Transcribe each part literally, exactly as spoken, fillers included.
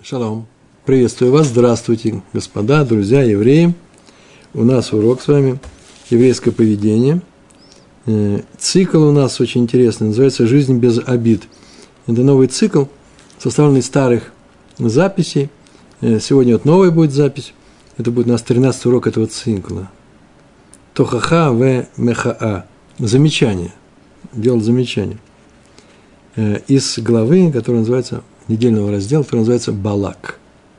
Шалом. Приветствую вас. Здравствуйте, господа, друзья, евреи. У нас урок с вами еврейское поведение. Цикл у нас очень интересный, называется «Жизнь без обид». Это новый цикл, составленный из старых записей. Сегодня вот новая будет запись. Это будет у нас тринадцатый урок этого цикла. Тохаха в мехаа. Замечание. Делать замечание. Из главы, которая называется, недельного раздела, который называется «Балак».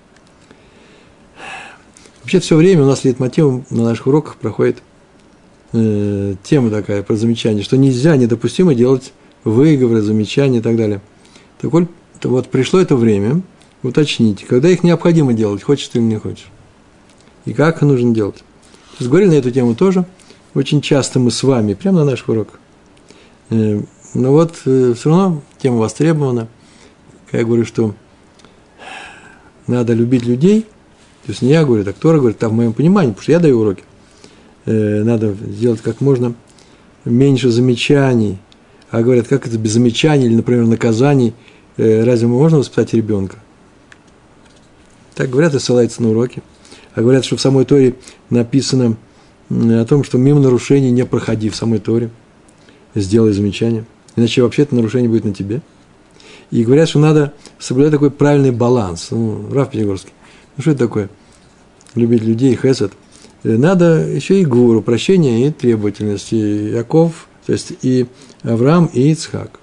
Вообще все время у нас лейтмотивом на наших уроках проходит э, тема такая про замечание, что нельзя, недопустимо делать выговоры, замечания и так далее. Так вот, вот пришло это время, уточните, когда их необходимо делать, хочешь ты или не хочешь. И как нужно делать. То есть, говорили на эту тему тоже очень часто мы с вами, прямо на наших уроках. Э, но вот э, все равно тема востребована. Я говорю, что надо любить людей, то есть не я говорю, так Тора говорит, там в моем понимании, потому что я даю уроки, э, надо сделать как можно меньше замечаний, а говорят, как это без замечаний или, например, наказаний, э, разве можно воспитать ребенка? Так говорят и ссылаются на уроки, а говорят, что в самой Торе написано о том, что мимо нарушений не проходи в самой Торе, сделай замечание, иначе вообще это нарушение будет на тебе. И говорят, что надо соблюдать такой правильный баланс. Ну, Рав Пятигорский. Ну, что это такое? Любить людей, хесед. Надо еще и гуру, прощение и требовательность. И Яков, то есть и Авраам, и Ицхак.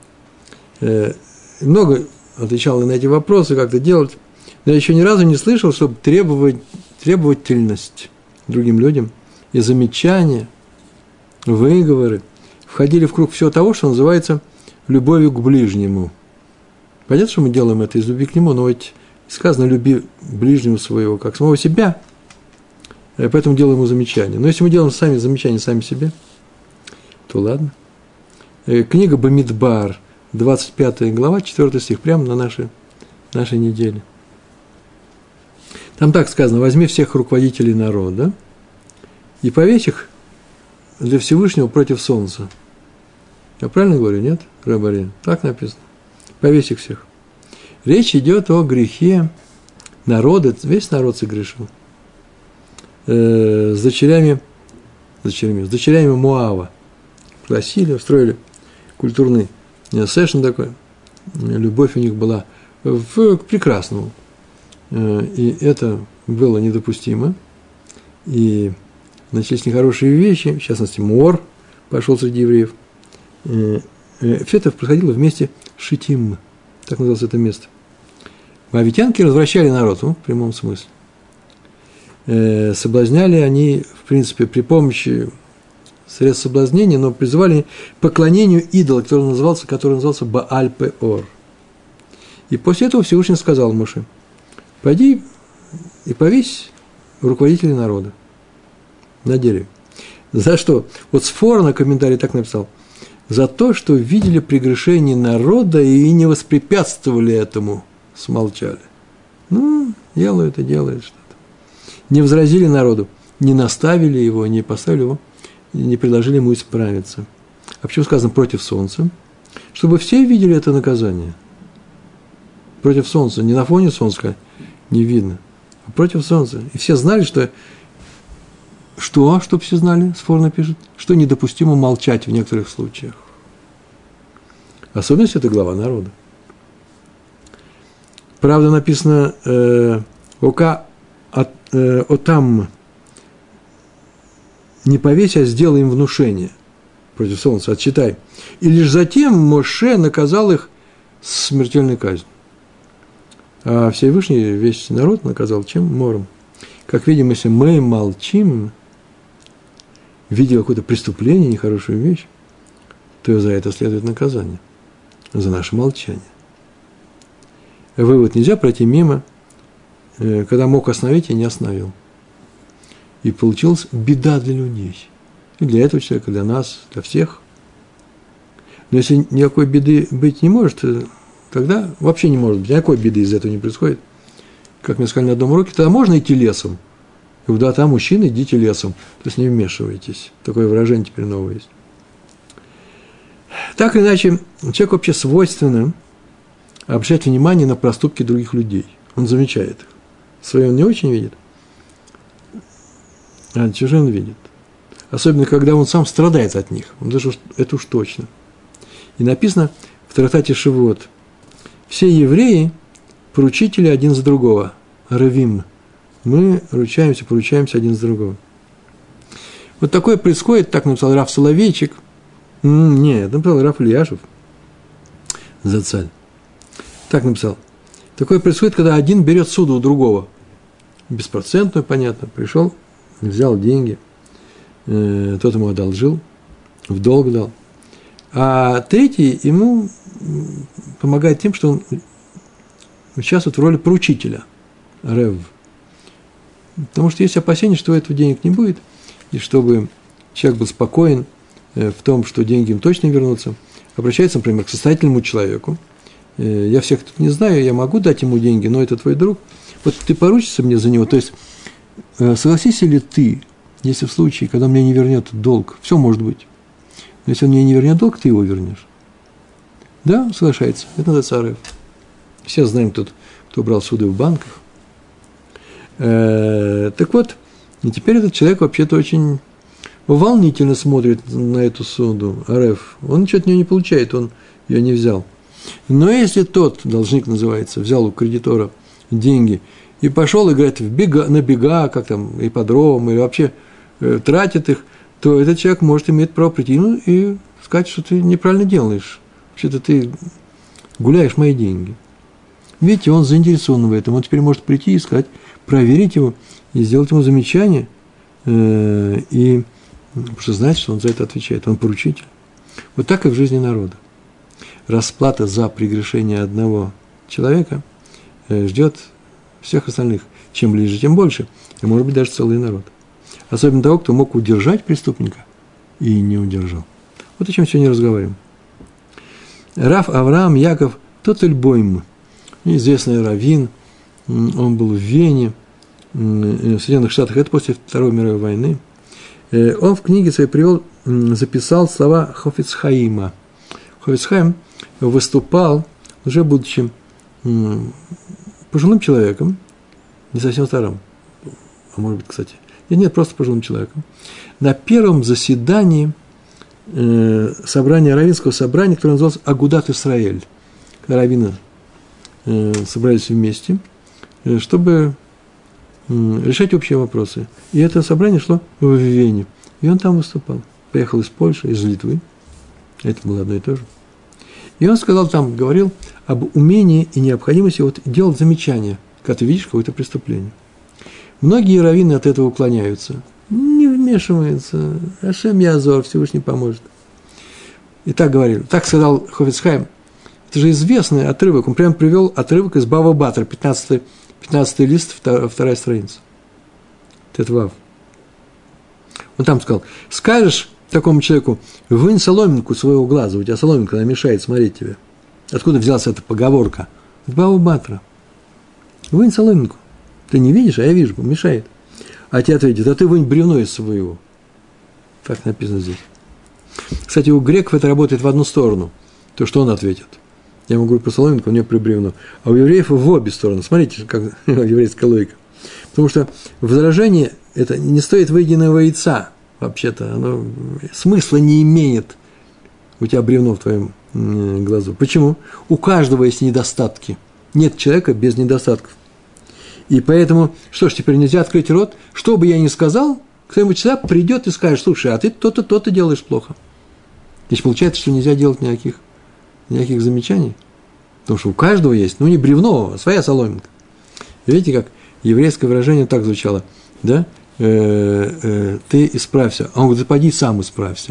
Много отвечал на эти вопросы, как это делать. Но я еще ни разу не слышал, чтобы требовать, требовательность другим людям и замечания, выговоры входили в круг всего того, что называется любовью к ближнему. Понятно, что мы делаем это из любви к нему, но ведь сказано «люби ближнего своего, как самого себя», поэтому делаем ему замечания. Но если мы делаем сами замечания сами себе, то ладно. Книга Бамидбар, двадцать пятая глава, четвёртый стих, прямо на нашей, нашей неделе. Там так сказано: «Возьми всех руководителей народа и повесь их для Всевышнего против солнца». Я правильно говорю, нет, Рабари? Так написано. Повесь их всех. Речь идет о грехе народа, весь народ согрешил. Э, с дочерями, с дочерями, с дочерями Моава. Пригласили, устроили культурный сессион такой. Любовь у них была в, к прекрасному. Э, и это было недопустимо. И начались нехорошие вещи, в частности, мор пошел среди евреев. Все это происходило вместе с Шитим, так называлось это место. Моавитянки развращали народ, ну, в прямом смысле. Соблазняли они, в принципе, при помощи средств соблазнения, но призывали к поклонению идола, который назывался, который назывался Бааль-Пеор. И после этого Всевышний сказал Моше: пойди и повесь руководителей народа на дереве. За что? Вот Сфора на комментарии так написал: за то, что видели прегрешение народа и не воспрепятствовали этому, смолчали. Ну, делают и делают что-то. Не возразили народу, не наставили его, не поставили его, не предложили ему исправиться. А почему сказано против солнца? Чтобы все видели это наказание. Против солнца, не на фоне солнца не видно, а против солнца. И все знали, что... Что, чтобы все знали, Сфорно пишет, что недопустимо молчать в некоторых случаях. Особенно, если это глава народа. Правда, написано э, «Ока от, э, отам» не повесь, а сделай им внушение против солнца, отчитай. И лишь затем Моше наказал их смертельной казнью. А Всевышний весь народ наказал чем? Мором. Как видим, если мы молчим, видя какое-то преступление, нехорошую вещь, то за это следует наказание, за наше молчание. Вывод: нельзя пройти мимо, когда мог остановить и не остановил. И получилась беда для людей. И для этого человека, для нас, для всех. Но если никакой беды быть не может, тогда вообще не может быть, никакой беды из этого не происходит. Как мне сказали на одном уроке, тогда можно идти лесом. И вот, да, там мужчины, идите лесом, то есть не вмешивайтесь. Такое выражение теперь новое есть. Так или иначе, человеку вообще свойственно обращать внимание на проступки других людей. Он замечает их. Свои он не очень видит, а чужие он видит. Особенно, когда он сам страдает от них. Он даже это уж точно. И написано в трактате Шивот: все евреи поручители один за другого. Равим. Мы ручаемся, поручаемся один за другого. Вот такое происходит, так написал Рав Соловейчик. М-м, нет, написал Рав Ильяшев. Зацаль. Так написал. Такое происходит, когда один берет суду у другого. Беспроцентную, понятно. Пришел, взял деньги. Э, тот ему одолжил, в долг дал. А третий ему помогает тем, что он участвует в роли поручителя. Рев. Потому что есть опасение, что у этого денег не будет. И чтобы человек был спокоен в том, что деньги им точно вернутся, обращается, например, к состоятельному человеку. Я всех тут не знаю, я могу дать ему деньги, но это твой друг. Вот ты поручишься мне за него. То есть, согласишься ли ты, если в случае, когда он мне не вернет долг, все может быть, но если он мне не вернет долг, ты его вернешь. Да, соглашается. Это называется арев. Все знаем, кто, кто брал суды в банках. Э, так вот, и теперь этот человек вообще-то очень волнительно смотрит на эту суду, арев. Он ничего от нее не получает, он ее не взял. Но если тот, должник называется, взял у кредитора деньги и пошел играть в бега, на бега, как там, ипподром, или вообще э, тратит их, то этот человек может иметь право прийти ну, и сказать, что ты неправильно делаешь. Вообще-то ты гуляешь мои деньги. Видите, он заинтересован в этом. Он теперь может прийти и сказать, проверить его и сделать ему замечание. Э, и, потому что знает, что он за это отвечает. Он поручитель. Вот так и в жизни народа. Расплата за прегрешение одного человека э, ждет всех остальных. Чем ближе, тем больше. И, может быть, даже целый народ. Особенно того, кто мог удержать преступника и не удержал. Вот о чем сегодня разговариваем. Рав Авраам Яков Тотельбойм, известный раввин, он был в Вене, в Соединенных Штатах, это после Второй мировой войны. Он в книге своей привел, записал слова Хофец Хаима. Хофец Хаим выступал, уже будучи пожилым человеком, не совсем старым, а может быть, кстати, нет, нет, просто пожилым человеком, на первом заседании э, собрания, раввинского собрания, которое называлось Агудат Исраэль, когда раввины э, собрались вместе, э, чтобы э, решать общие вопросы. И это собрание шло в Вене, и он там выступал. Приехал из Польши, из Литвы, это было одно и то же. И он сказал там, говорил об умении и необходимости вот делать замечания, когда ты видишь какое-то преступление. Многие раввины от этого уклоняются, не вмешиваются, Ашем Язор, Всевышний поможет. И так говорили, так сказал Хофец Хаим. Это же известный отрывок, он прямо привел отрывок из Бава Батра, пятнадцатый, пятнадцатый лист, вторая страница. Тетвав. Он там сказал, скажешь такому человеку, вынь соломинку своего глаза, у тебя соломинка, она мешает смотреть тебе. Откуда взялась эта поговорка? Из Бава Батра. Вынь соломинку. Ты не видишь, а я вижу, мешает. А тебе ответит, а ты вынь бревно из своего. Так написано здесь. Кстати, у греков это работает в одну сторону. То, что он ответит. Я ему говорю про соломинку, у него про бревно. А у евреев в обе стороны. Смотрите, как еврейская логика. Потому что возражение это не стоит выеденного яйца. Вообще-то оно смысла не имеет. У тебя бревно в твоем глазу. Почему? У каждого есть недостатки. Нет человека без недостатков. И поэтому, что ж, теперь нельзя открыть рот. Что бы я ни сказал, кто-нибудь сюда придет и скажет, слушай, а ты то-то, то-то делаешь плохо. Здесь получается, что нельзя делать никаких, никаких замечаний. Потому что у каждого есть, ну не бревно, а своя соломинка. Видите, как еврейское выражение так звучало, да? Э, э, ты исправься. А он говорит, да поди сам исправься.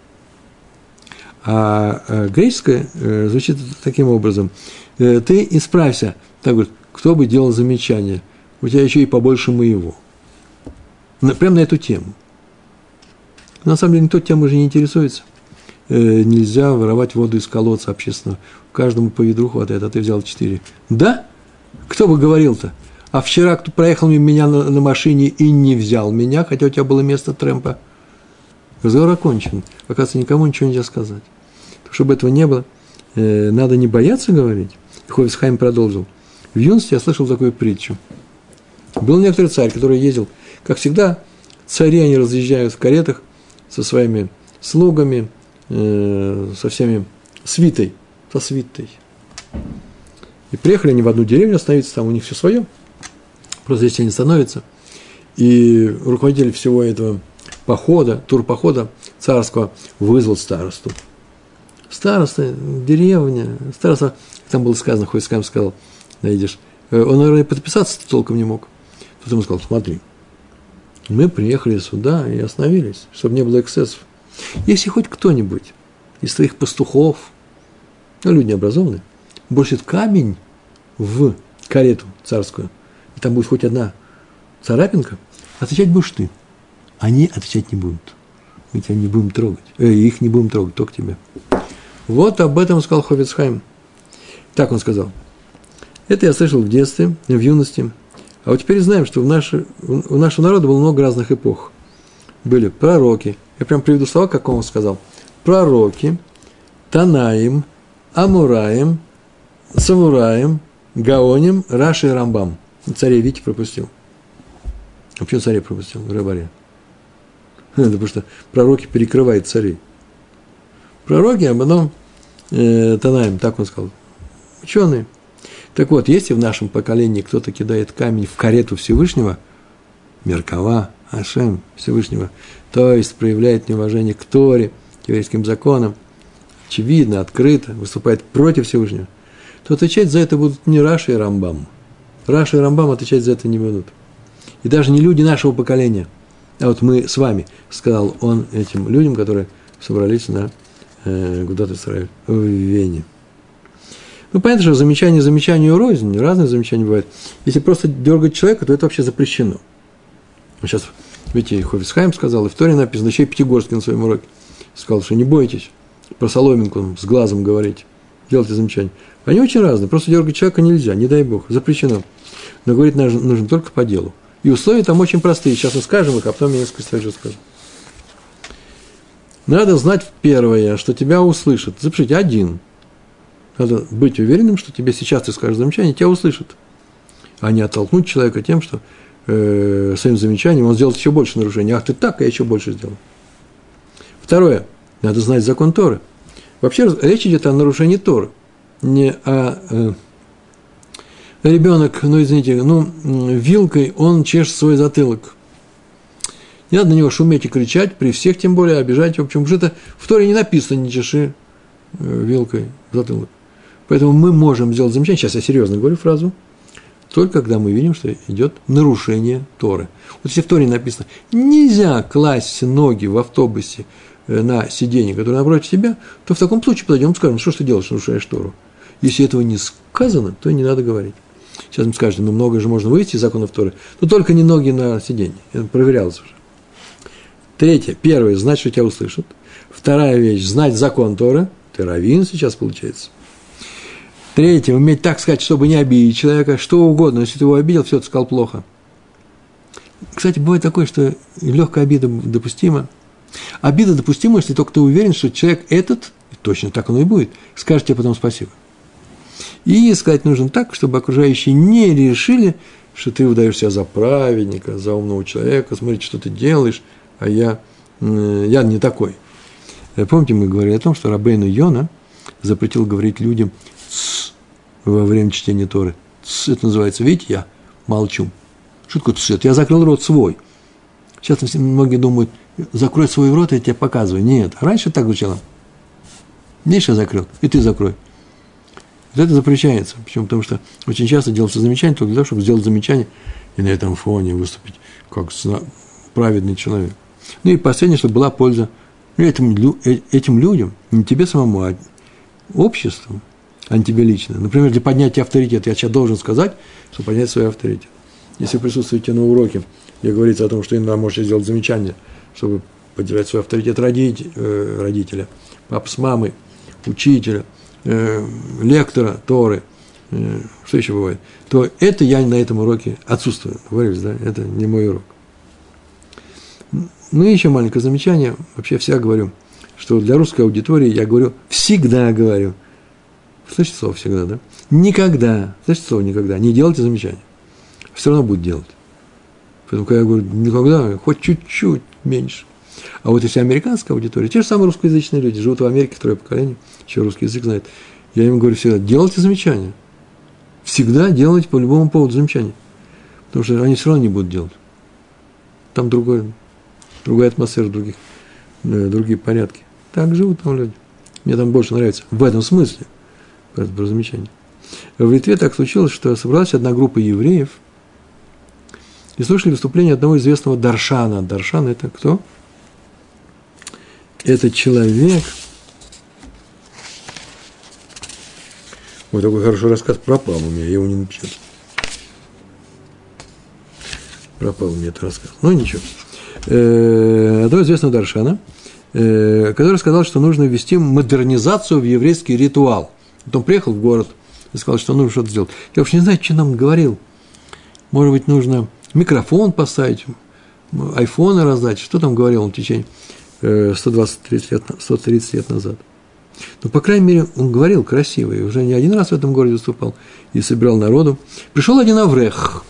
А э, греческое э, звучит таким образом. Э, ты исправься. Так говорит, кто бы делал замечание? У тебя еще и побольше моего. Прямо на эту тему. На самом деле, никто темой уже не интересуется. Э, нельзя воровать воду из колодца общественного. Каждому по ведру хватает, а ты взял четыре. Да? Кто бы говорил-то? А вчера кто проехал мимо меня на, на машине и не взял меня, хотя у тебя было место трэмпа. Разговор окончен. Оказывается, никому ничего нельзя сказать. Чтобы этого не было, э, надо не бояться говорить. И Хофец Хаим продолжил. В юности я слышал такую притчу. Был некоторый царь, который ездил, как всегда, цари, они разъезжают в каретах со своими слугами, э, со всеми свитой, со свитой. И приехали они в одну деревню остановиться, там у них все свое, просто здесь они становятся. И руководитель всего этого похода, турпохода царского вызвал старосту. Староста, деревня, староста, там было сказано, хоть скам сказал, найдешь. Он, наверное, подписаться толком не мог. Тут ему сказал, смотри, мы приехали сюда и остановились, чтобы не было эксцессов. Если хоть кто-нибудь из твоих пастухов, ну, люди необразованные, бросит камень в карету царскую, и там будет хоть одна царапинка, отвечать будешь ты. Они отвечать не будут. Мы тебя не будем трогать. Э, их не будем трогать, только тебя. Вот об этом сказал Хофец Хаим. Так он сказал. Это я слышал в детстве, в юности. А вот теперь знаем, что в наше, у нашего народа было много разных эпох. Были пророки. Я прям приведу слова, как он сказал. Пророки, Танаим, Амураим, Савураим, Гаоним, Раши и Рамбам. Царей Вити пропустил. А почему царей пропустил? Рыбаре. Это потому что пророки перекрывают царей. Пророки, а потом э, Танаим, так он сказал. Ученые. Так вот, если в нашем поколении кто-то кидает камень в карету Всевышнего, Меркава, Ашем Всевышнего, то есть проявляет неуважение к Торе, к еврейским законам, очевидно, открыто, выступает против Всевышнего, то отвечать за это будут не Раши и Рамбам. Раши и Рамбам отвечать за это не будут. И даже не люди нашего поколения, а вот мы с вами, сказал он этим людям, которые собрались на э, Гудат Исраэль в Вене. Ну, понятно, что замечание замечанию рознь, разные замечания бывают. Если просто дергать человека, то это вообще запрещено. Сейчас, видите, Хофец Хаим сказал, и в Торе написано, еще и Пятигорский на своем уроке сказал, что не бойтесь про соломинку с глазом говорить, делайте замечания. Они очень разные, просто дергать человека нельзя, не дай бог, запрещено. Но говорить нужно, нужно только по делу. И условия там очень простые, сейчас мы скажем их, а потом я несколько слов скажу. Надо знать первое, что тебя услышат. Запишите, один. Надо быть уверенным, что тебе сейчас ты скажешь замечание, тебя услышат. А не оттолкнуть человека тем, что э, своим замечанием он сделает еще больше нарушений. Ах, ты так, а я еще больше сделал. Второе. Надо знать закон Торы. Вообще речь идет о нарушении Торы. Не о... Э, ребенок, ну, извините, ну, вилкой он чешет свой затылок. Не надо на него шуметь и кричать, при всех тем более обижать его. Почему? Потому что это в Торе не написано, не чеши э, вилкой затылок. Поэтому мы можем сделать замечание, сейчас я серьезно говорю фразу, только когда мы видим, что идет нарушение Торы. Вот если в Торе написано, нельзя класть ноги в автобусе на сиденье, которое напротив тебя, то в таком случае подойдем и скажем, что ж ты делаешь, нарушаешь Тору. Если этого не сказано, то не надо говорить. Сейчас мы скажем, ну много же можно вывести из законов Торы, но только не ноги на сиденье. Это проверялось уже. Третье. Первое, знать, что тебя услышат. Вторая вещь, знать закон Торы. Ты раввин сейчас получается. Третье, уметь так сказать, чтобы не обидеть человека, что угодно. Если ты его обидел, все, ты сказал плохо. Кстати, бывает такое, что легкая обида допустима. Обида допустима, если только ты уверен, что человек этот, и точно так оно и будет, скажет тебе потом спасибо. И сказать нужно так, чтобы окружающие не решили, что ты выдаешь себя за праведника, за умного человека, смотрите, что ты делаешь, а я, я не такой. Помните, мы говорили о том, что Рабейну Йона запретил говорить людям «ц» во время чтения Торы. «Ц» это называется, видите, я молчу. Что такое «ц»? Это я закрыл рот свой. Сейчас многие думают, закрой свой рот, я тебе показываю. Нет, раньше так звучало. Видишь, я закрыл, и ты закрой. Вот это запрещается. Почему? Потому что очень часто делается замечание только для того, чтобы сделать замечание и на этом фоне выступить как праведный человек. Ну и последнее, чтобы была польза этим, этим людям, не тебе самому, а обществу, а не тебе лично. Например, для поднятия авторитета. Я сейчас должен сказать, чтобы поднять свой авторитет. Если вы присутствуете на уроке, где говорится о том, что иногда можете сделать замечание, чтобы поддержать свой авторитет родитель, э, родителя, папы с мамой, учителя, э, лектора Торы, э, что еще бывает, то это я на этом уроке отсутствую. Говорились, да? Это не мой урок. Ну и еще маленькое замечание. Вообще всегда говорю, что для русской аудитории я говорю, всегда говорю. Слышите слово «всегда», да? никогда, значит, слово никогда, не делайте замечания. Все равно будет делать. Поэтому, когда я говорю, никогда, хоть чуть-чуть меньше. А вот если американская аудитория, те же самые русскоязычные люди, живут в Америке второе поколение, еще русский язык знает, я им говорю всегда, делайте замечания. Всегда делайте по любому поводу замечания. Потому что они все равно не будут делать. Там другой, другая атмосфера, других, э, другие порядки. Так живут там люди. Мне там больше нравится в этом смысле, про замечание. В Литве так случилось, что собралась одна группа евреев и слушали выступление одного известного даршана. Даршан – это кто? Это человек. Вот такой хороший рассказ пропал у меня, я его не напечатал. Пропал у меня этот рассказ. Ну, ничего. Э-э, одного известного даршана, э-э, который сказал, что нужно ввести модернизацию в еврейский ритуал. Вот он приехал в город и сказал, что нужно что-то сделать. Я уж не знаю, что нам говорил. Может быть, нужно микрофон поставить, айфоны раздать. Что там говорил он в течение сто двадцать тридцать лет, сто тридцать лет назад. Но, по крайней мере, он говорил красиво, и уже не один раз в этом городе выступал, и собирал народу. Пришел один аврех.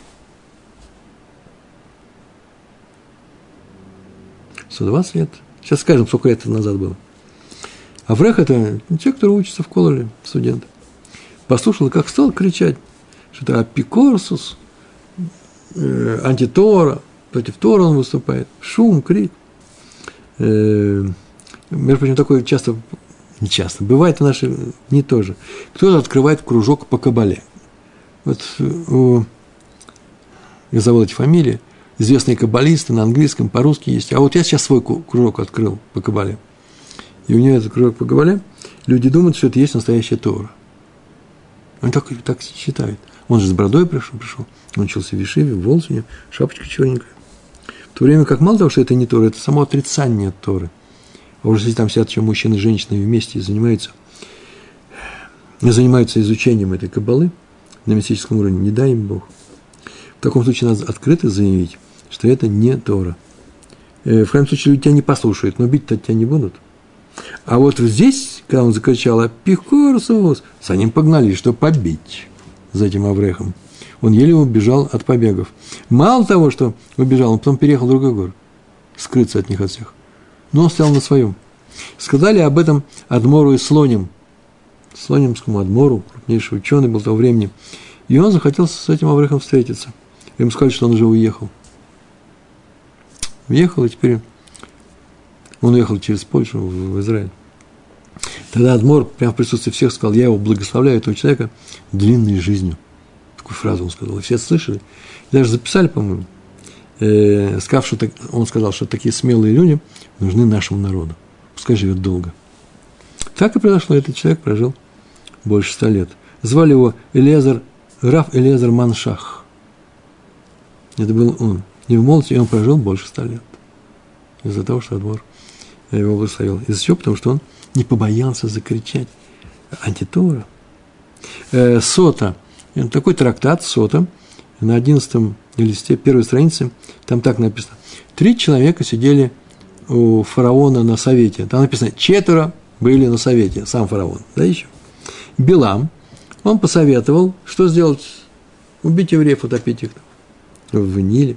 сто двадцать лет. Сейчас скажем, сколько лет назад было. Аврех – это те, кто учится в колледже, студенты. Послушал, как стал кричать, что это апикорсус, э, антитора, против Тора он выступает. Шум, крик. Э, между прочим, такое часто, не часто, бывает в наши дни тоже. Кто-то открывает кружок по кабале. Вот у, я забыл эти фамилии, известные каббалисты на английском, по-русски есть. А вот я сейчас свой кружок открыл по кабале. И у него этот кружок по кабале, люди думают, что это есть настоящая Тора. Он так, так считает. Он же с бородой пришел, пришел. Он учился в Ешиве, в Волсине, шапочка черненькая. В то время как мало того, что это не Тора, это само отрицание Торы. А уже если там сидят еще мужчины и женщины вместе и занимаются, занимаются изучением этой каббалы на мистическом уровне, не дай им Бог. В таком случае надо открыто заявить, что это не Тора. В крайнем случае люди тебя не послушают, но бить-то тебя не будут. А вот здесь, когда он закричал «Апикорсус», за ним погнали, чтобы побить за этим аврехом. Он еле убежал от побегов. Мало того, что убежал, он потом переехал в другой город, скрыться от них от всех. Но он стоял на своем. Сказали об этом Адмору и Слоним, Слонимскому Адмору, крупнейший ученый был того времени. И он захотел с этим аврехом встретиться. Ему сказали, что он уже уехал. Уехал, и теперь он уехал через Польшу в Израиль. Тогда Адмор прямо в присутствии всех сказал: я его благословляю, этого человека, длинной жизнью. Такую фразу он сказал. И все слышали. И даже записали, по-моему. Э, сказав, что так, он сказал, что такие смелые люди нужны нашему народу. Пускай живет долго. Так и произошло. Этот человек прожил больше ста лет. Звали его Элиэзер, Рав Элиэзер Маншах. Это был он. И в молодости он прожил больше ста лет. Из-за того, что Адмор его благословил. Из-за чего? Потому что он не побоялся закричать антитора. Э, Сота. Такой трактат Сота на одиннадцатом листе первой страницы. Там так написано. Три человека сидели у фараона на совете. Там написано: четверо были на совете. Сам фараон. Да еще. Билам. Он посоветовал, что сделать? Убить евреев, утопить их в Ниле.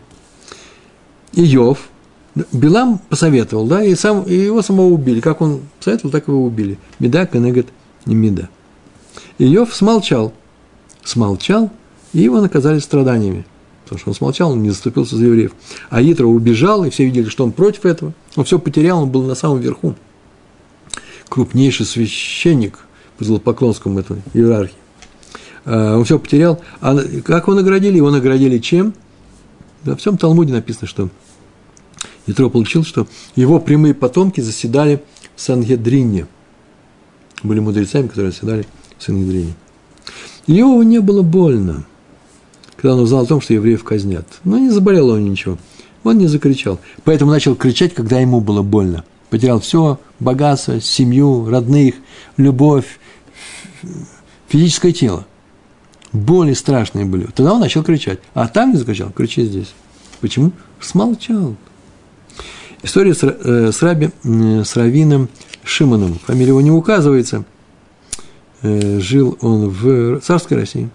Иов. Билам посоветовал, да, и, сам, и его самого убили. Как он посоветовал, так его убили. Меда, кенегет, не меда. Иов смолчал. Смолчал, и его наказали страданиями. Потому что он смолчал, он не заступился за евреев. А Итро убежал, и все видели, что он против этого. Он все потерял, он был на самом верху. Крупнейший священник по злопоклонскому этой иерархии. Он все потерял. А как его наградили? Его наградили чем? Во всем Талмуде написано, что Итро получил, что его прямые потомки заседали в Сангедрине. Были мудрецами, которые заседали в Сангедрине. Иову не было больно, когда он узнал о том, что евреев казнят. Но не заболело он ничего. Он не закричал. Поэтому начал кричать, когда ему было больно. Потерял все: богатство, семью, родных, любовь, физическое тело. Боли страшные были. Тогда он начал кричать. А там не закричал, кричи здесь. Почему? Смолчал. История с, э, с, раби, э, с раввином Шимоном. Фамилия его не указывается. э, жил он в царской России.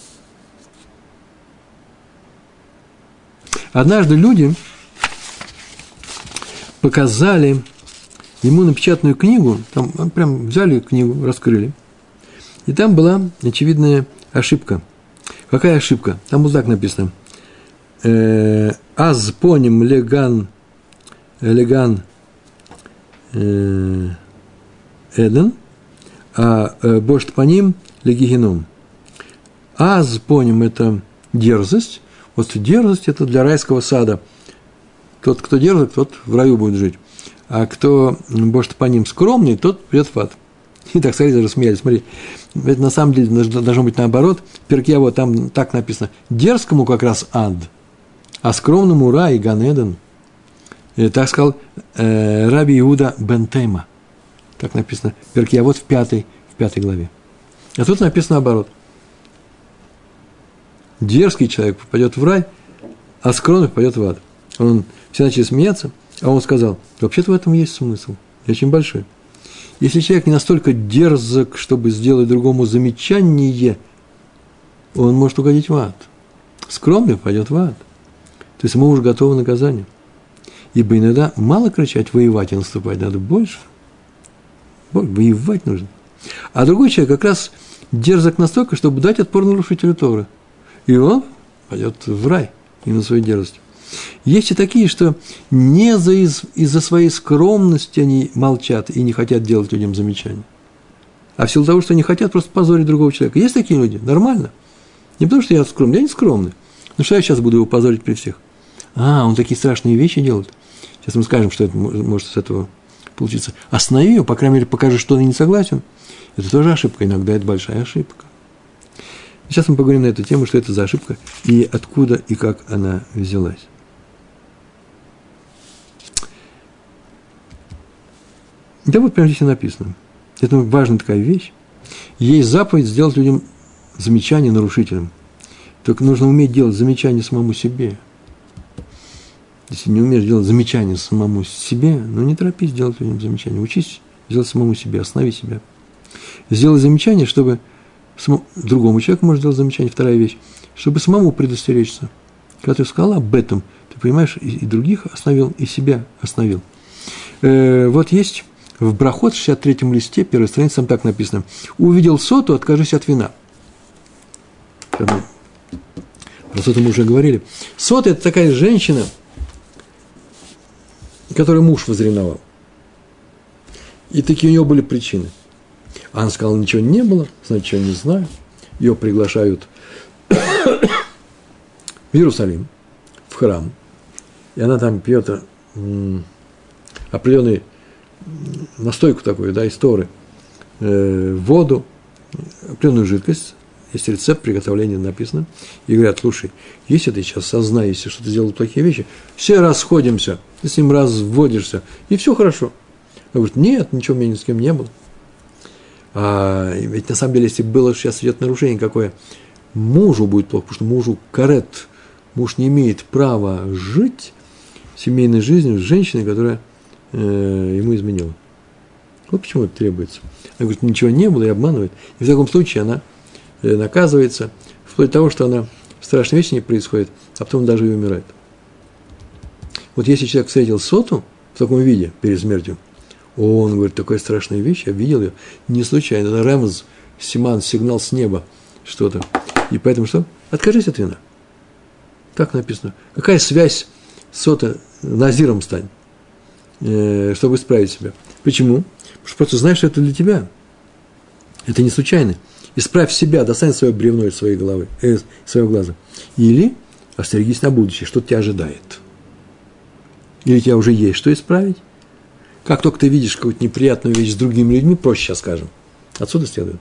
Однажды люди показали ему напечатанную книгу, там прям взяли книгу, раскрыли, и там была очевидная ошибка. Какая ошибка? Там вот так написано. Аз поним леган, леган Эден, а бошт по ним легигеном. Аз поним – это дерзость. Вот дерзость – это для райского сада. Тот, кто дерзок, тот в раю будет жить. А кто бошт по ним скромный, тот придет в ад. И так сказали, даже смеялись. Смотри, это на самом деле должно быть наоборот. Перкея, вот там так написано. Дерзкому как раз ад, а скромному рай и Ганеден. И так сказал э, Раби Иуда бен Тейма. Так написано. Перкея, вот в пятой, в пятой главе. А тут написано наоборот. Дерзкий человек попадет в рай, а скромный попадет в ад. Он, все начали смеяться, а он сказал, вообще-то в этом есть смысл, и очень большой. Если человек не настолько дерзок, чтобы сделать другому замечание, он может угодить в ад. Скромный пойдет в ад. То есть ему уже готово наказание. Ибо иногда мало кричать, воевать и наступать, надо больше. Воевать нужно. А другой человек как раз дерзок настолько, чтобы дать отпор нарушителю Торы. И он пойдет в рай именно свою дерзость. Есть и такие, что не за, из, из-за своей скромности они молчат и не хотят делать людям замечания, а в силу того, что не хотят просто позорить другого человека. Есть такие люди? Нормально. Не потому, что я скромный, я не скромный. Ну, что я сейчас буду его позорить при всех? А, он такие страшные вещи делает. Сейчас мы скажем, что это может с этого получиться. Останови его, по крайней мере, покажи, что он не согласен. Это тоже ошибка, иногда это большая ошибка. Сейчас мы поговорим на эту тему, что это за ошибка, и откуда и как она взялась. Да вот прямо здесь и написано. Это важная такая вещь. Есть заповедь сделать людям замечание нарушителям. Только нужно уметь делать замечание самому себе. Если не умеешь делать замечание самому себе, ну не торопись делать людям замечание. Учись делать самому себе, останови себя. Сделай замечание, чтобы самому, другому человеку может делать замечание. Вторая вещь, чтобы самому предостеречься. Когда ты сказал об этом, ты понимаешь, и, и других остановил, и себя остановил. Э, вот есть в Брахот, в шестьдесят третьем листе, первой странице, там так написано. Увидел соту, откажись от вина. Про соту мы уже говорили. Сота – это такая женщина, которой муж возревновал. И такие у нее были причины. Она сказала, ничего не было, значит, я не знаю. Ее приглашают в Иерусалим, в храм. И она там пьет определенный настойку такую, да, из Торы, э, воду, определенную жидкость, есть рецепт приготовления написано, и говорят, слушай, если ты сейчас сознаешься, что ты сделал плохие вещи, все расходимся, ты с ним разводишься, и все хорошо. Он говорит, нет, ничего у меня ни с кем не было. А ведь на самом деле, если было сейчас идет нарушение какое, мужу будет плохо, потому что мужу карет, муж не имеет права жить семейной жизнью с женщиной, которая ему изменила. Вот почему это требуется. Она говорит, ничего не было и обманывает. И в таком случае она наказывается, вплоть до того, что она страшные вещи не происходит, а потом даже и умирает. Вот если человек встретил соту в таком виде перед смертью, он говорит, такая страшная вещь, я видел ее не случайно. Это ремз, симан, сигнал с неба, что-то. И поэтому что? Откажись от вина. Так написано. Какая связь сота назиром стань? Чтобы исправить себя. Почему? Потому что просто знаешь, что это для тебя. Это не случайно. Исправь себя, достань свое бревно из своей головы, э, из своего глаза. Или остерегись на будущее, что тебя ожидает. Или у тебя уже есть что исправить. Как только ты видишь какую-то неприятную вещь с другими людьми, проще сейчас скажем. Отсюда следует.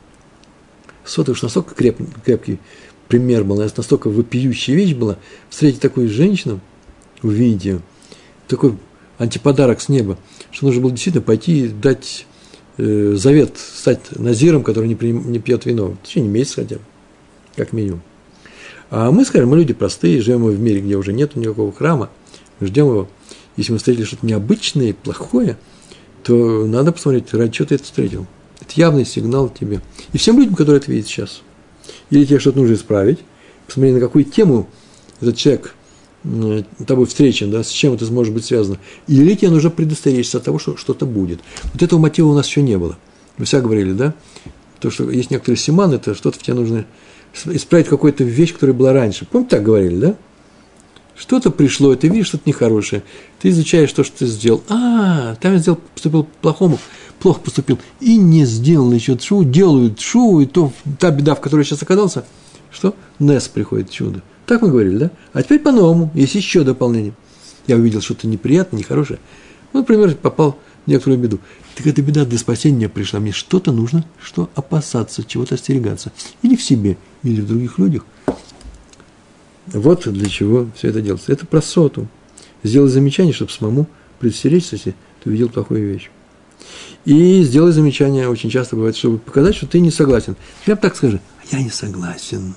Сота уж настолько креп, крепкий пример был, настолько вопиющая вещь была. Встретить такую женщину, увидеть ее, такой антиподарок с неба, что нужно было действительно пойти и дать э, завет, стать назиром, который не, приним, не пьет вино, в течение месяца хотя бы, как минимум. А мы, скажем, мы люди простые, живем в мире, где уже нет никакого храма, мы ждем его. Если мы встретили что-то необычное и плохое, то надо посмотреть, ради чего ты это встретил. Это явный сигнал тебе. И всем людям, которые это видят сейчас. Или тебе что-то нужно исправить. Посмотри, на какую тему этот человек тобой встречен, да, с чем это может быть связано. Или тебе нужно предостеречься от того, что что-то будет. Вот этого мотива у нас еще не было. Мы всегда говорили, да, то, что есть некоторые симан, это что-то в тебе нужно исправить какую-то вещь, которая была раньше. Помните, так говорили, да? Что-то пришло, и ты видишь что-то нехорошее. Ты изучаешь то, что ты сделал. А, там я сделал, поступил плохому, плохо поступил. И не сделал еще шу, делают шу, и то та беда, в которой я сейчас оказался, что? Нес приходит, чудо. Так мы говорили, да? А теперь по-новому, есть еще дополнение. Я увидел что-то неприятное, нехорошее. Ну, например, попал в некоторую беду. Так эта беда для спасения пришла. Мне что-то нужно, что опасаться, чего-то остерегаться. Или в себе, или в других людях. Вот для чего все это делается. Это про соту. Сделай замечание, чтобы самому предостеречься, если ты увидел плохую вещь. И сделай замечание, очень часто бывает, чтобы показать, что ты не согласен. Прям так скажи, я не согласен.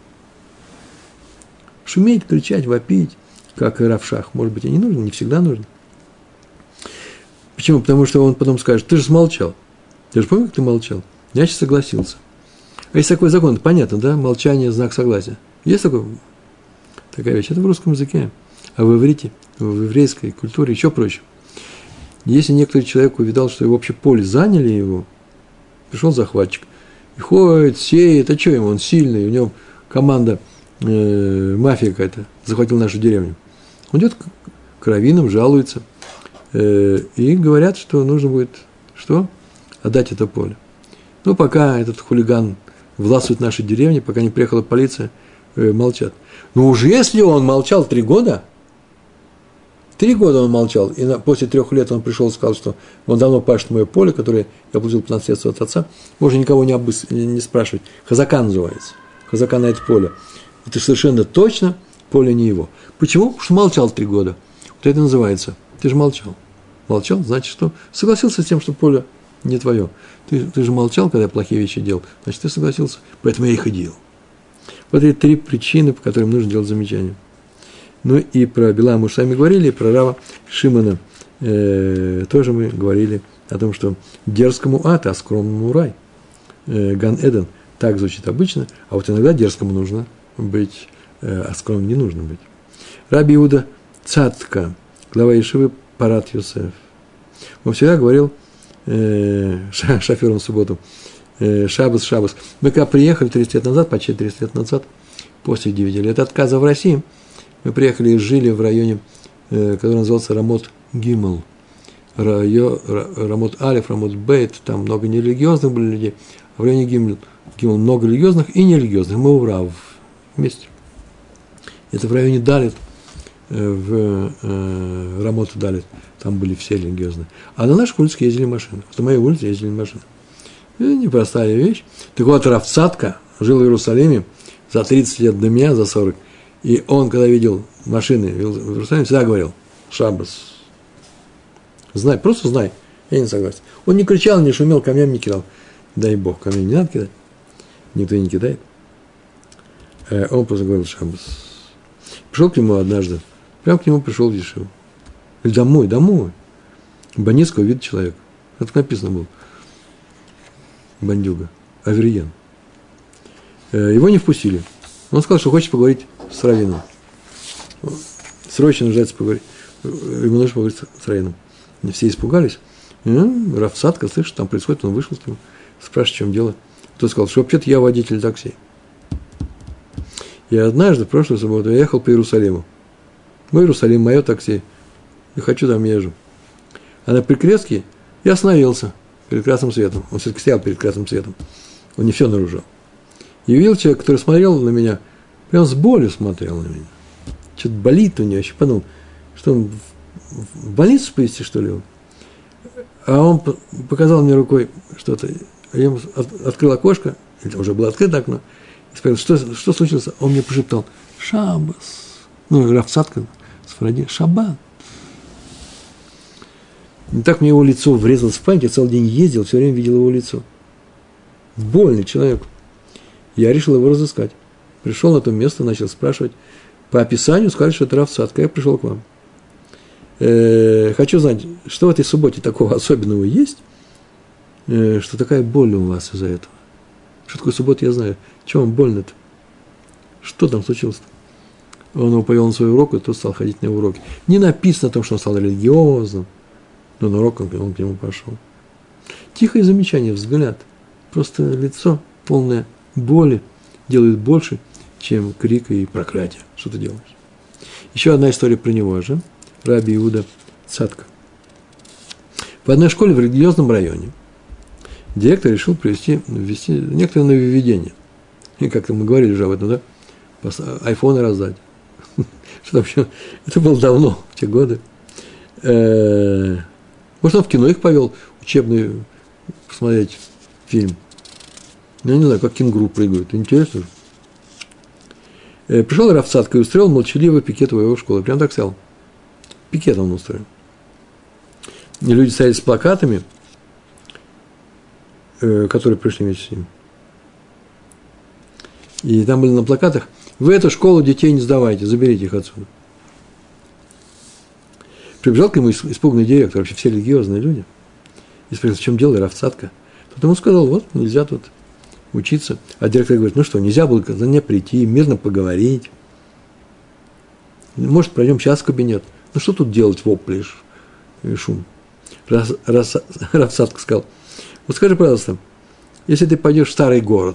Шуметь, кричать, вопить, как и Равшах, может быть, и не нужно, не всегда нужно. Почему? Потому что он потом скажет, ты же смолчал. Ты же помнишь, как ты молчал? Я сейчас согласился. А есть такой закон, понятно, да? Молчание – знак согласия. Есть такой, такая вещь? Это в русском языке. А в иврите, в еврейской культуре еще проще. Если некоторый человек увидал, что его вообще поле заняли его, пришел захватчик, и ходит, сеет, а что ему, он сильный, у него команда, э, мафия какая-то, захватила нашу деревню. Он идет к раввинам, жалуется, э, и говорят, что нужно будет, что? Отдать это поле. Но пока этот хулиган властвует в нашей деревне, пока не приехала полиция, э, молчат. Но уже если он молчал три года, Три года он молчал, и на, после трех лет он пришел и сказал, что он давно пашет мое поле, которое я получил по наследству от отца. Можно никого не, обыс... не спрашивать. Хазакан называется. Хазакан на это поле. Это совершенно точно поле не его. Почему? Потому что молчал три года. Вот это называется. Ты же молчал. Молчал, значит, что? Согласился с тем, что поле не твое. Ты, ты же молчал, когда я плохие вещи делал. Значит, ты согласился. Поэтому я их и делал. Вот эти три причины, по которым нужно делать замечания. Ну и про Билама мы сами говорили, и про Рава Шимона э, тоже мы говорили о том, что дерзкому ад, а скромному рай. Э, Ган Эден так звучит обычно, а вот иногда дерзкому нужно быть, э, а скромному не нужно быть. Раби Иуда Цатка, глава Ешивы Парат Йосеф. Он всегда говорил э, шофером в субботу, э, шаббас, шаббас. Мы когда приехали тридцать лет назад, почти тридцать лет назад, после девяти лет отказа в России, мы приехали и жили в районе, который назывался Рамот Гимл. Рамот Алиф, Рамот Бейт, там много нерелигиозных были людей, а в районе Гимл, Гимл много религиозных и нерелигиозных. Мы в Рав вместе. Это в районе Далит, в э, Рамот Далит, там были все религиозные. А на наших улицах ездили машины. Вот на моей улице ездили машины. И непростая вещь. Так вот, Рав Цатка жил в Иерусалиме за тридцать лет до меня, за сорок. И он, когда видел машины в Иерусалиме, всегда говорил «Шаббас». Знай, просто знай, я не согласен. Он не кричал, не шумел, камнями не кидал. Дай Бог, камнями не надо кидать. Никто не кидает. Он просто говорил «Шаббас». Пришел к нему однажды, прямо к нему пришел в Ешиву. Говорит, домой, домой. Бандитского вида человек. Это написано было. Бандюга. Аверьян. Его не впустили. Он сказал, что хочет поговорить с раввином. Срочно нуждается поговорить. Ему нужно поговорить с раввином. Все испугались. Рав Цатка, слышишь, там происходит, он вышел к нему, спрашивает, в чем дело. Тот сказал, что вообще-то я водитель такси. Я однажды, в прошлую субботу, я ехал по Иерусалиму. Мой Иерусалим, мое такси. И хочу, там езжу. А на перекрестке я остановился перед красным светом. Он все-таки стоял перед красным светом. Он не все нарушал. И увидел человека, который смотрел на меня, прям с болью смотрел на меня. Что-то болит у него. Я еще подумал, что он в больницу повезти, что ли? А он показал мне рукой что-то. Я ему открыл окошко, или уже было открыто окно, и спросил, что, что случилось? Он мне пошептал, Шаббас. Ну, Рав Цатка, сфаради, Шаббат. И так мне его лицо врезалось в память, я целый день ездил, все время видел его лицо. Больный человек. Я решил его разыскать. Пришел на то место, начал спрашивать. По описанию сказали, что это Рав Цатка. Я пришел к вам. Э-э, хочу знать, что в этой субботе такого особенного есть? что такая боль у вас из-за этого. Что такое суббота, я знаю. Чего вам больно-то? Что там случилось-то? Он его повел на свой урок, и тот стал ходить на уроки. Не написано о том, что он стал религиозным, но на урок он, он к нему пошел. Тихое замечание, взгляд. Просто лицо полное боли делает больше, чем крик и проклятие. Что ты делаешь? Еще одна история про него же. Раби Иуда Цатка. В одной школе в религиозном районе директор решил провести, ввести некоторое нововведение. И как-то мы говорили уже об этом, да? Айфоны раздать. Что вообще? Это было давно, в те годы. Может, он в кино их повел, учебный, посмотреть фильм. Я не знаю, как кенгуру прыгают. Интересно же. Пришел Рав Цатка и устроил молчаливый пикет в его школе. Прям так сказал. Пикет он устроил. И люди стояли с плакатами, которые пришли вместе с ним. И там были на плакатах: «Вы эту школу детей не сдавайте, заберите их отсюда». Прибежал к нему испуганный директор, вообще все религиозные люди, и спросил, в чем дело, Рав Цатка. Тот ему сказал: вот, нельзя тут учиться. А директор говорит: ну что, нельзя было за мне прийти, мирно поговорить. Может, пройдем сейчас в кабинет. Ну что тут делать, вопли и шум. Рав Цатка сказал: вот скажи, пожалуйста, если ты пойдешь в старый город,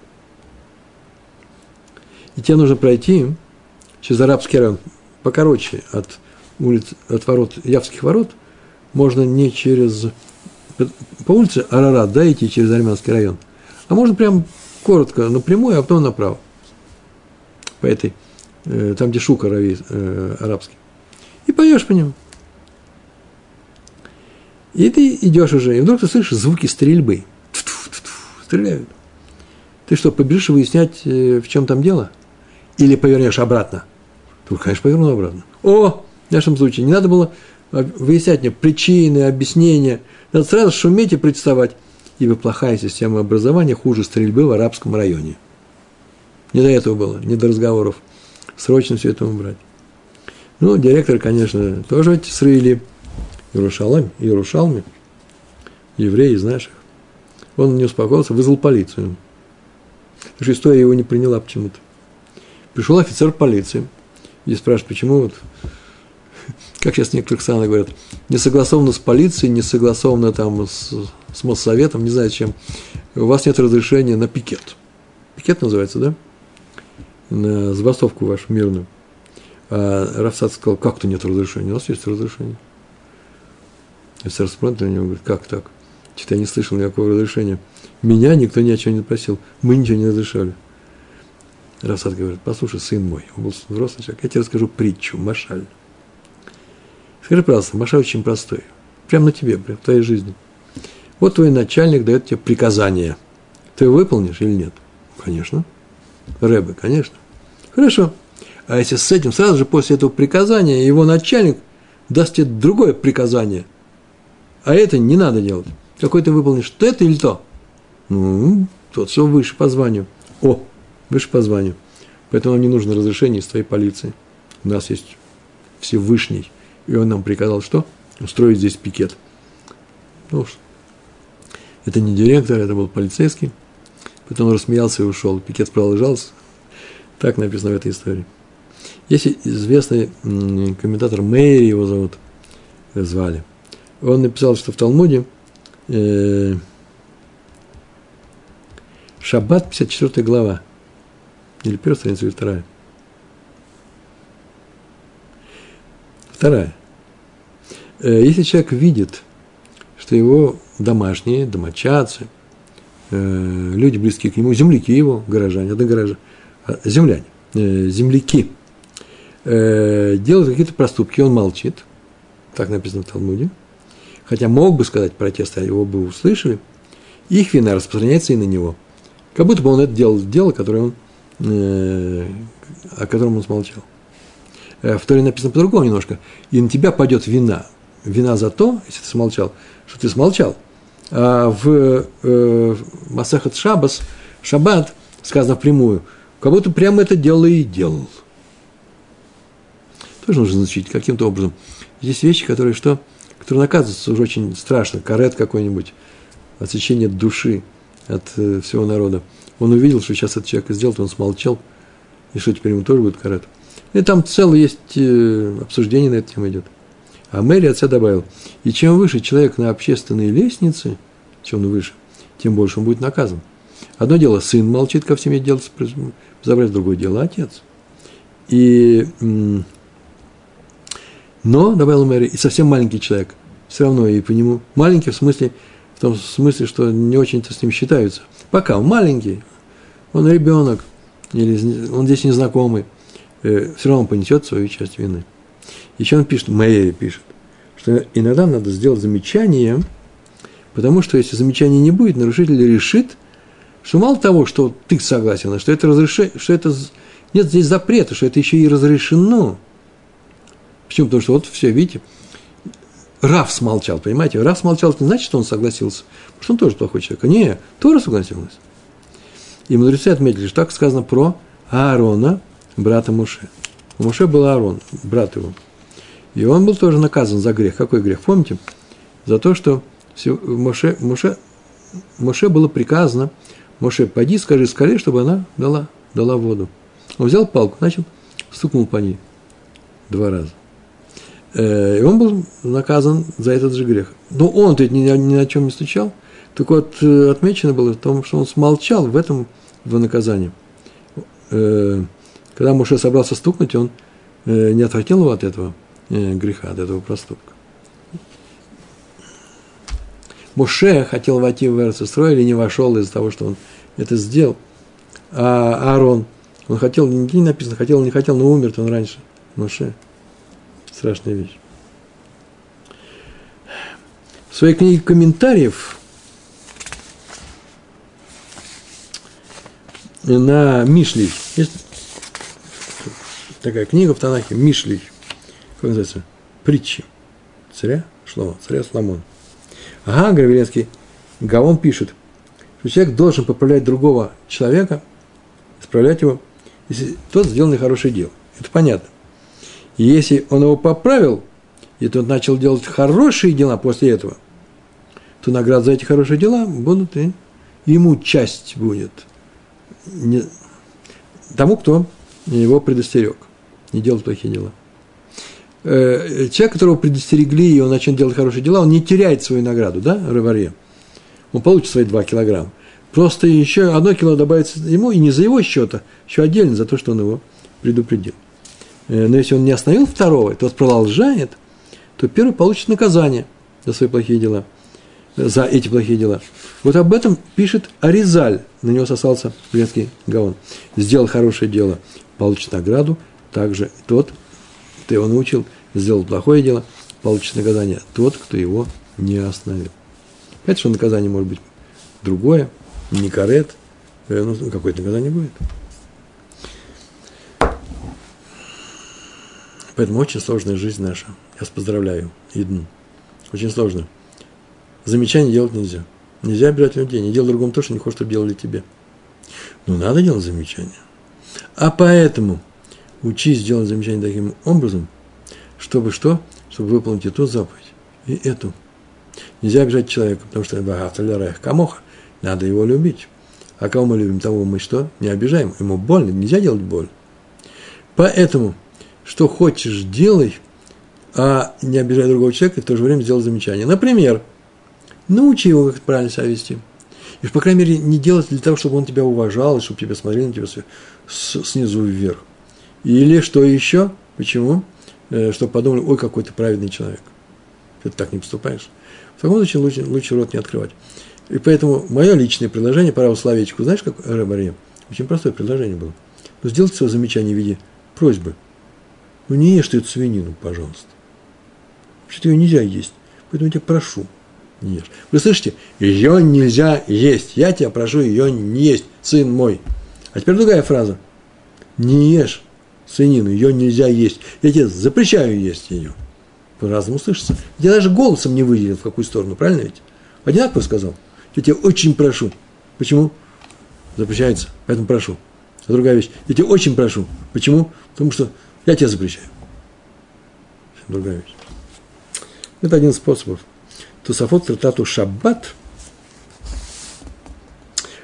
и тебе нужно пройти через арабский район, покороче от улиц, от ворот, Явских ворот, можно не через, по улице Арарат, да, идти через армянский район, а можно прям коротко, напрямую, а потом направо, по этой, э, там, где шук арави, э, арабский, и пойдешь по нему. И ты идешь уже, и вдруг ты слышишь звуки стрельбы. Стреляют. Ты что, побежишь выяснять, в чем там дело? Или повернешь обратно? Ты, конечно, поверну обратно. О, в нашем случае не надо было выяснять мне причины, объяснения. Надо сразу шуметь и представать. Ибо плохая система образования хуже стрельбы в арабском районе. Не до этого было, не до разговоров. Срочно все это убрать. Ну, директор, конечно, тоже эти срыли. Иерушалайм, Иерушалме, евреи, знаешь их. Он не успокоился, вызвал полицию. Потому что история его не приняла почему-то. Пришел офицер полиции и спрашивает, почему, вот, как сейчас в некоторых странах говорят, не согласовано с полицией, не согласовано там с, с Моссоветом, не знаю с чем, у вас нет разрешения на пикет. Пикет называется, да? На забастовку вашу мирную. А Рав Цатка сказал: как-то нет разрешения, у нас есть разрешение. Офицер смотрит на него и говорит: как так? Что-то я не слышал никакого разрешения. Меня никто ни о чем не просил. Мы ничего не разрешали. Рав Цатка говорит: послушай, сын мой, он был взрослый человек, я тебе расскажу притчу, машаль. Скажи, пожалуйста, машаль очень простой. Прямо на тебе, прямо в твоей жизни. Вот твой начальник дает тебе приказание. Ты его выполнишь или нет? Конечно. Рэбе, конечно. Хорошо. А если с этим сразу же после этого приказания его начальник даст тебе другое приказание, а это не надо делать. Какой ты выполнишь, то это или то? Ну, тот, что выше по званию. О, выше по званию. Поэтому нам не нужно разрешение из твоей полиции. У нас есть Всевышний. И он нам приказал что? Устроить здесь пикет. Ну, это не директор, это был полицейский. Потом он рассмеялся и ушел. Пикет продолжался. Так написано в этой истории. Есть известный комментатор Мейри, его зовут, звали. Он написал, что в Талмуде э, Шаббат, пятьдесят четвёртая глава, или первая страница, или вторая. Вторая. Э, если человек видит, что его домашние, домочадцы, э, люди, близкие к нему, земляки его, горожане, это горожане, земляне, э, земляки, э, делают какие-то проступки, он молчит, так написано в Талмуде. Хотя мог бы сказать протест, а его бы услышали, их вина распространяется и на него. Как будто бы он это делал дело, которое он, э, о котором он смолчал. В Торе написано по-другому немножко. И на тебя падет вина. Вина за то, если ты смолчал, что ты смолчал. А в э, Масехет Шаббас, Шаббат, сказано впрямую, как будто прямо это дело и делал. Тоже нужно изучить каким-то образом. Есть вещи, которые что... которые наказываются уже очень страшно, карет какой-нибудь, отсечение души от э, всего народа. Он увидел, что сейчас этот человек сделал, он смолчал, и что теперь ему тоже будет карет. И там целое есть э, обсуждение на эту тему идет. А Мэри отца добавил, и чем выше человек на общественной лестнице, чем он выше, тем больше он будет наказан. Одно дело, сын молчит, ко всем делать забрать, другое дело, отец. И, но, добавил Мэри, и совсем маленький человек, все равно и по нему, маленький в смысле, в том смысле, что не очень-то с ним считаются. Пока он маленький, он ребенок, или он здесь незнакомый, э, все равно он понесет свою часть вины. Еще он пишет, Мэри пишет, что иногда надо сделать замечание, потому что если замечания не будет, нарушитель решит, что мало того, что ты согласен, что это разрешено, что это нет здесь запрета, что это еще и разрешено. Почему? Потому что вот все, видите, Рав смолчал, понимаете? Рав смолчал, это не значит, что он согласился, потому что он тоже плохой человек. Не, Тора согласилась. И мудрецы отметили, что так сказано про Аарона, брата Моше. У Моше был Аарон, брат его. И он был тоже наказан за грех. Какой грех? Помните? За то, что Моше, Моше, Моше было приказано, Моше, пойди, скажи скале, чтобы она дала, дала воду. Он взял палку, начал, стукнул по ней два раза. И он был наказан за этот же грех. Но он-то ни, ни на чем не стучал. Так вот, отмечено было в том, что он смолчал в этом в наказании. Когда Моше собрался стукнуть, он не отвратил его от этого греха, от этого проступка. Моше хотел войти в Эрец-Исроэль и не вошел из-за того, что он это сделал. А Аарон, он хотел, нигде не написано, хотел, не хотел, но умер он раньше. Моше. Страшная вещь. В своей книге комментариев на Мишлей, есть такая книга в Танахе, Мишлей, как называется, притчи царя Шломо, царя Соломона. Ага, Гравелецкий Гаон пишет, что человек должен поправлять другого человека, исправлять его, если тот сделал нехорошее дело. Это понятно. И если он его поправил, и тот начал делать хорошие дела после этого, то наград за эти хорошие дела будут, и ему часть будет. Не, тому, кто его предостерег, не делать плохие дела. Э, человек, которого предостерегли, и он начнет делать хорошие дела, он не теряет свою награду, да, рыбаре? Он получит свои два килограмма. Просто еще одно кило добавится ему, и не за его счета, еще отдельно за то, что он его предупредил. Э, но если он не остановил второго, то продолжает, то первый получит наказание за свои плохие дела, за эти плохие дела. Вот об этом пишет Аризаль, на него сосался Грецкий Гаон. Сделал хорошее дело, получит награду, также тот, кто его научил, сделал плохое дело, получит наказание тот, кто его не остановил. Понятно, что наказание может быть другое, не карет, но какое-то наказание будет. Поэтому очень сложная жизнь наша. Я вас поздравляю, Идн. Очень сложно. Замечаний делать нельзя. Нельзя обижать людей. Не делай другому то, что не хочешь, чтобы делали тебе. Но надо делать замечания. А поэтому учись делать замечания таким образом, чтобы что? Чтобы выполнить эту заповедь и эту. Нельзя обижать человека, потому что камоха, надо его любить. А кого мы любим, того мы что? Не обижаем. Ему больно, нельзя делать боль. Поэтому, что хочешь, делай, а не обижай другого человека, и в то же время сделай замечание. Например, научи его, как правильно себя вести. И, по крайней мере, не делать для того, чтобы он тебя уважал, и чтобы тебя смотрели на тебя снизу вверх. Или что еще? Почему? Чтобы подумали, ой, какой ты праведный человек. Ты так не поступаешь. В таком случае лучше, лучше рот не открывать. И поэтому мое личное предложение, пора словечку, знаешь, как Рабаре? Очень простое предложение было. Но сделайте свое замечание в виде просьбы. Ну, не ешь ты эту свинину, пожалуйста. Вообще-то ее нельзя есть. Поэтому я тебя прошу, не ешь. Вы слышите? Ее нельзя есть. Я тебя прошу ее не есть, сын мой. А теперь другая фраза. Не ешь свинину, ее нельзя есть. Я тебе запрещаю есть ее. По-разному слышится. Я даже голосом не выделил, в какую сторону, правильно ведь? Одинаково сказал. Я тебя очень прошу. Почему? Запрещается, поэтому прошу. А другая вещь. Я тебя очень прошу. Почему? Потому что я тебя запрещаю. Другая вещь. Это один из способов. Тосафот трактату Шаббат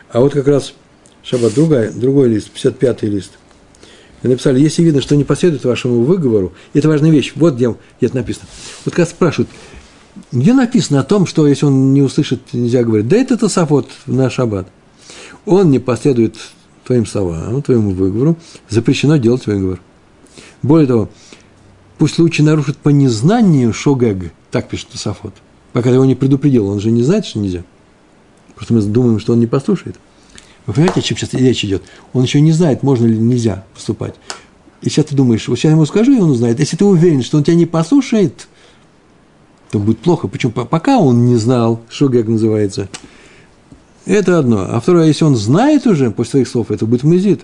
А вот как раз шаббат, другая, другой лист, пятьдесят пятый лист. И написали, если видно, что не последует вашему выговору, это важная вещь, вот где, где это написано. Вот когда спрашивают, где написано о том, что если он не услышит, нельзя говорить, да это тосафот на шаббат. Он не последует твоим словам, твоему выговору, запрещено делать выговор. Более того, пусть случай нарушит по незнанию шогег, так пишет тосафот, пока его не предупредил, он же не знает, что нельзя. Просто мы думаем, что он не послушает. Вы понимаете, о чем сейчас речь идет? Он еще не знает, можно или нельзя поступать. И сейчас ты думаешь, вот сейчас я ему скажу, и он узнает. Если ты уверен, что он тебя не послушает, то будет плохо. Почему? Пока он не знал, шогег называется. Это одно. А второе, если он знает уже после своих слов, это будет мезид.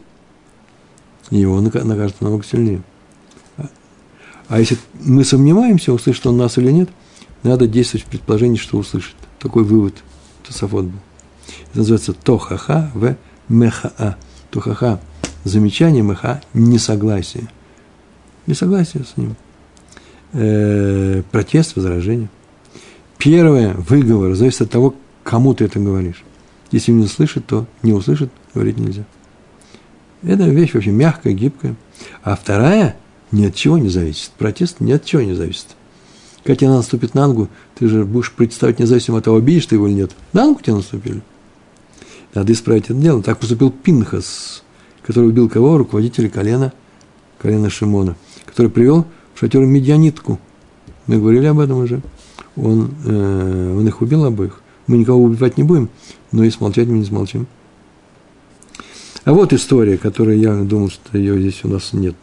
И его накажут намного сильнее. А если мы сомневаемся, услышит он нас или нет, надо действовать в предположении, что услышит. Такой вывод тосафот был. Это называется тохаха в мехаа. Тохаха – замечание, меха – несогласие. Несогласие с ним. Э-э, протест, возражение. Первое, выговор, зависит от того, кому ты это говоришь. Если не услышит, то не услышит, говорить нельзя. Это вещь вообще мягкая, гибкая. А вторая ни от чего не зависит. Протест ни от чего не зависит. Когда тебе наступит на ногу, ты же будешь представить независимо от того, обидишь ты его или нет. На ногу тебе наступили. Надо исправить это дело. Так поступил Пинхас, который убил кого? Руководителя колена, колена Шимона, который привел в шатер медианитку. Мы говорили об этом уже. Он, э, он их убил обоих. Мы никого убивать не будем, но и смолчать мы не смолчим. А вот история, которую я думал, что ее здесь у нас нет.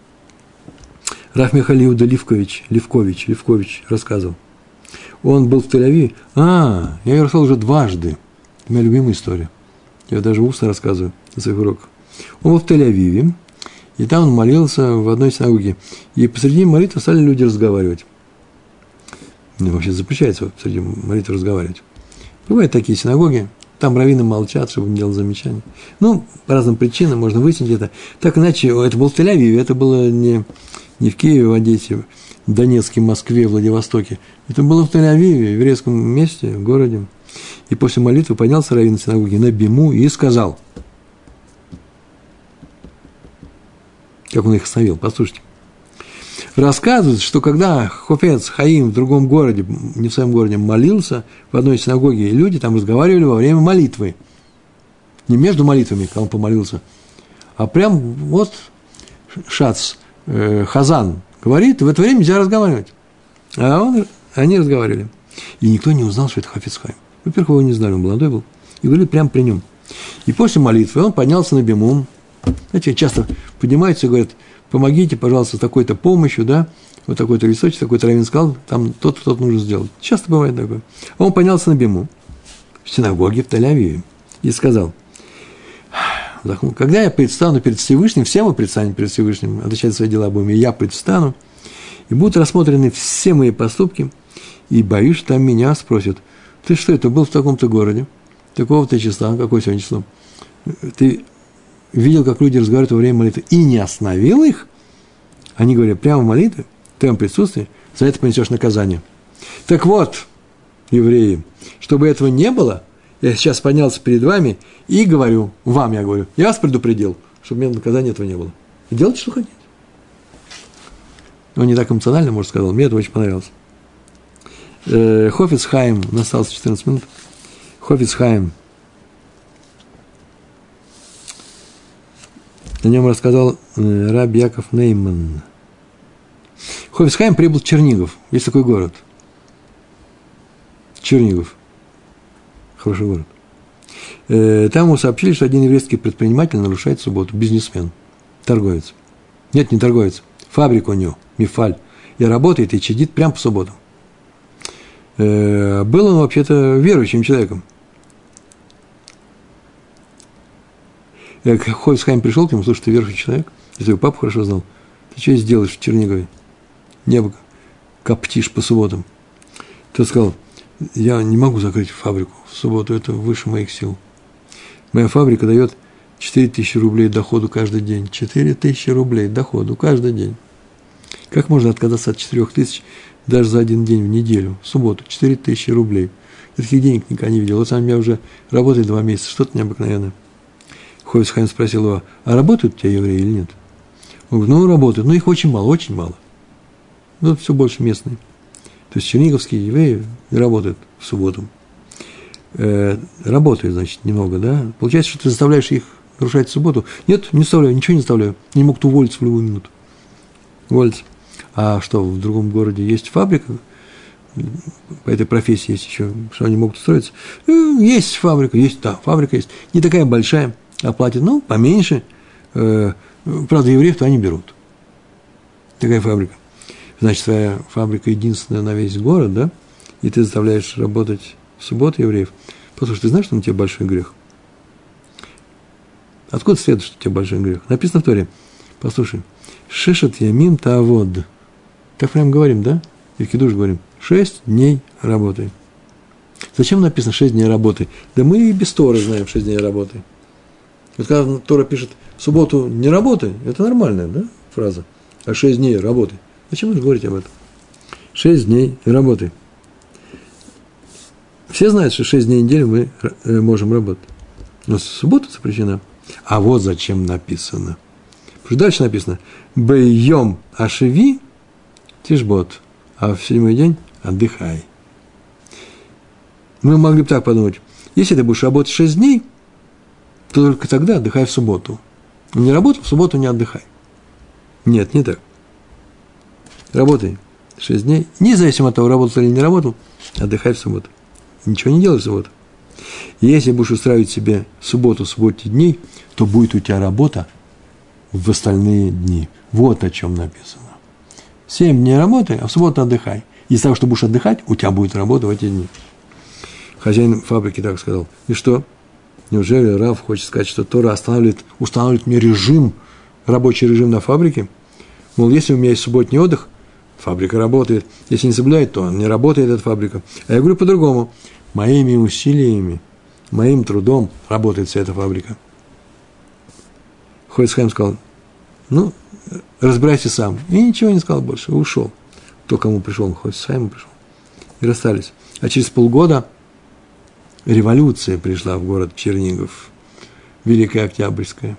Рав Михаил Иуда Левкович, Левкович, Левкович рассказывал. Он был в Тель-Авиве. А, я ее рассказал уже дважды. Это моя любимая история. Я даже устно рассказываю на своих уроках. Он был в Тель-Авиве, и там он молился в одной синагоге. И посреди молитвы стали люди разговаривать. Ну, вообще запрещается посреди молитвы разговаривать. Бывают такие синагоги, там раввины молчат, чтобы не делать замечания. Ну, по разным причинам можно выяснить это. Так иначе, это был в Тель-Авиве, это было не, не в Киеве, в Одессе, в Донецке, Москве, Владивостоке. Это было в Тель-Авиве, в еврейском месте, в городе. И после молитвы поднялся раввин синагоги на биму и сказал, как он их остановил, послушайте. Рассказывают, что когда Хофец Хаим в другом городе, не в своем городе, молился в одной синагоге, люди там разговаривали во время молитвы. Не между молитвами, когда он помолился, а прям вот Шац, э, Хазан говорит, в это время нельзя разговаривать. А он, они разговаривали. И никто не узнал, что это Хофец Хаим. Во-первых, его не знали, он молодой был. И говорили прямо при нем. И после молитвы он поднялся на биму. Знаете, часто поднимаются и говорят, помогите, пожалуйста, с такой-то помощью, да, вот такой-то листочек, такой-то раввин сказал, там тот-то, тот нужно сделать. Часто бывает такое. А он поднялся на биму в синагоге в Тель-Авиве и сказал, вздохнул, когда я предстану перед Всевышним, все мы предстанем перед Всевышним, отвечать за свои дела будем, и я предстану, и будут рассмотрены все мои поступки, и боюсь, что там меня спросят, ты что, это был в таком-то городе, такого-то числа, какое сегодня число? Ты видел, как люди разговаривают во время молитвы, и не остановил их? Они говорят, прямо в молитве, в твоем присутствии, за это понесешь наказание. Так вот, евреи, чтобы этого не было, я сейчас поднялся перед вами и говорю, вам я говорю, я вас предупредил, чтобы у меня наказания этого не было. И делайте, что хотите. Он не так эмоционально, может, сказал, мне это очень понравилось. Хофец Хаим, у нас осталось четырнадцать минут. Хофец Хаим. О нем рассказал э, раб Яков Нейман. Хофец Хаим прибыл в Чернигов. Есть такой город. Чернигов. Хороший город. Э, там ему сообщили, что один еврейский предприниматель нарушает субботу. Бизнесмен. Торговец. Нет, не торговец. Фабрика у него. Мифаль. И работает, и чадит прямо по субботам. Э, был он вообще-то верующим человеком. Хофец Хаим пришел к нему, слушай, ты верующий человек, я твою папу хорошо знал, ты что сделаешь в Чернигове? Небо коптишь по субботам. Тот сказал, я не могу закрыть фабрику в субботу, это выше моих сил. Моя фабрика дает четыре тысячи рублей доходу каждый день. четыре тысячи рублей доходу каждый день. Как можно отказаться от четырех тысяч даже за один день в неделю, в субботу? четыре тысячи рублей. Я таких денег никогда не видел. Вот сам я уже работает два месяца, что-то необыкновенное. Хофец Хаим спросил его, а работают у тебя евреи или нет? Он говорит, ну, работают, но их очень мало, очень мало. Ну, все больше местные. То есть черниговские евреи работают в субботу. Э, работают, значит, немного, да? Получается, что ты заставляешь их нарушать субботу? Нет, не заставляю, ничего не заставляю. Они могут уволиться в любую минуту. Уволиться. А что, в другом городе есть фабрика? По этой профессии есть еще, что они могут устроиться? Есть фабрика, есть, да, фабрика есть. Не такая большая, а платят, ну, поменьше. Э, правда, евреев-то они берут. Такая фабрика. Значит, твоя фабрика единственная на весь город, да? И ты заставляешь работать в субботу евреев. Послушай, ты знаешь, что на тебе большой грех? Откуда следует, что у тебя большой грех? Написано в Торе. Послушай. Шешет ямим таавод. Так прям говорим, да? И в Кидуш говорим. Шесть дней работы. Зачем написано шесть дней работы? Да мы и без Торы знаем шесть дней работы. Вот когда Тора пишет в субботу не работай, это нормальная, да, фраза. А шесть дней работы. Зачем нужно говорить об этом? Шесть дней работы. Все знают, что шесть дней в неделю мы можем работать. Но суббота запрещена. А вот зачем написано. Потому что дальше написано. Бейом ашеви тишбот. А в седьмой день отдыхай. Мы могли бы так подумать. Если ты будешь работать шесть дней, то только тогда отдыхай в субботу. Не работай, в субботу не отдыхай. Нет, не так. Работай шесть дней. Независимо от того, работал или не работал, отдыхай в субботу. Ничего не делай в субботу. И если будешь устраивать себе субботу, субботе дней, то будет у тебя работа в остальные дни. Вот о чем написано. Семь дней работай, а в субботу отдыхай. Из-за того, что будешь отдыхать, у тебя будет работа в эти дни. Хозяин фабрики так сказал. И что? Неужели Рав хочет сказать, что Тора останавливает, устанавливает мне режим, рабочий режим на фабрике? Мол, если у меня есть субботний отдых, фабрика работает. Если не соблюдает, то не работает эта фабрика. А я говорю по-другому. Моими усилиями, моим трудом работает вся эта фабрика. Хофец Хаим сказал, ну, разбирайся сам. И ничего не сказал больше, ушел. Кто кому пришел, Хофец Хаиму пришел. И расстались. А через полгода революция пришла в город Чернигов. Великая Октябрьская.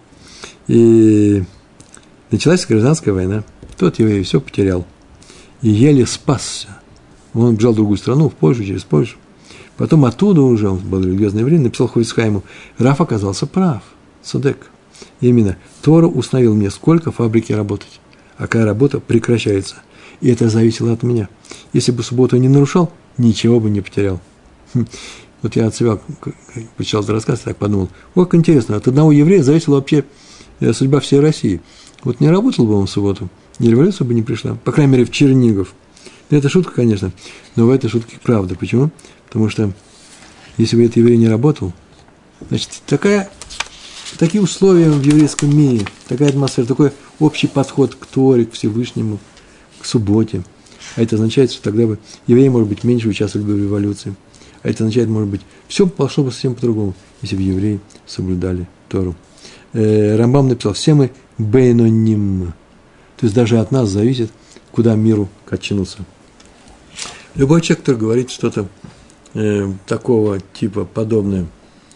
И началась гражданская война. Тот еврей все потерял. И еле спасся. Он бежал в другую страну, в Польшу, через Польшу. Потом оттуда уже, он был религиозный еврей, написал Хофец Хаиму, Рав оказался прав, Цадек. Именно Тора установил мне, сколько фабрике работать, а какая работа прекращается. И это зависело от меня. Если бы субботу не нарушал, ничего бы не потерял. Хм. Вот я от себя почитал этот рассказ, так подумал, о, как интересно, от одного еврея зависела вообще судьба всей России. Вот не работал бы он в субботу, и революция бы не пришла, по крайней мере, в Чернигов. Ну, это шутка, конечно, но в этой шутке правда. Почему? Потому что, если бы этот еврей не работал, значит, такая, такие условия в еврейском мире, такая атмосфера, такой общий подход к Торе, к Всевышнему, к субботе. А это означает, что тогда бы евреи, может быть, меньше участвовали бы в революции. А это означает, может быть, все пошло бы совсем по-другому, если бы евреи соблюдали Тору. Э, Рамбам написал, все мы бейноним. То есть даже от нас зависит, куда миру качнуться. Любой человек, который говорит что-то э, такого типа, подобное,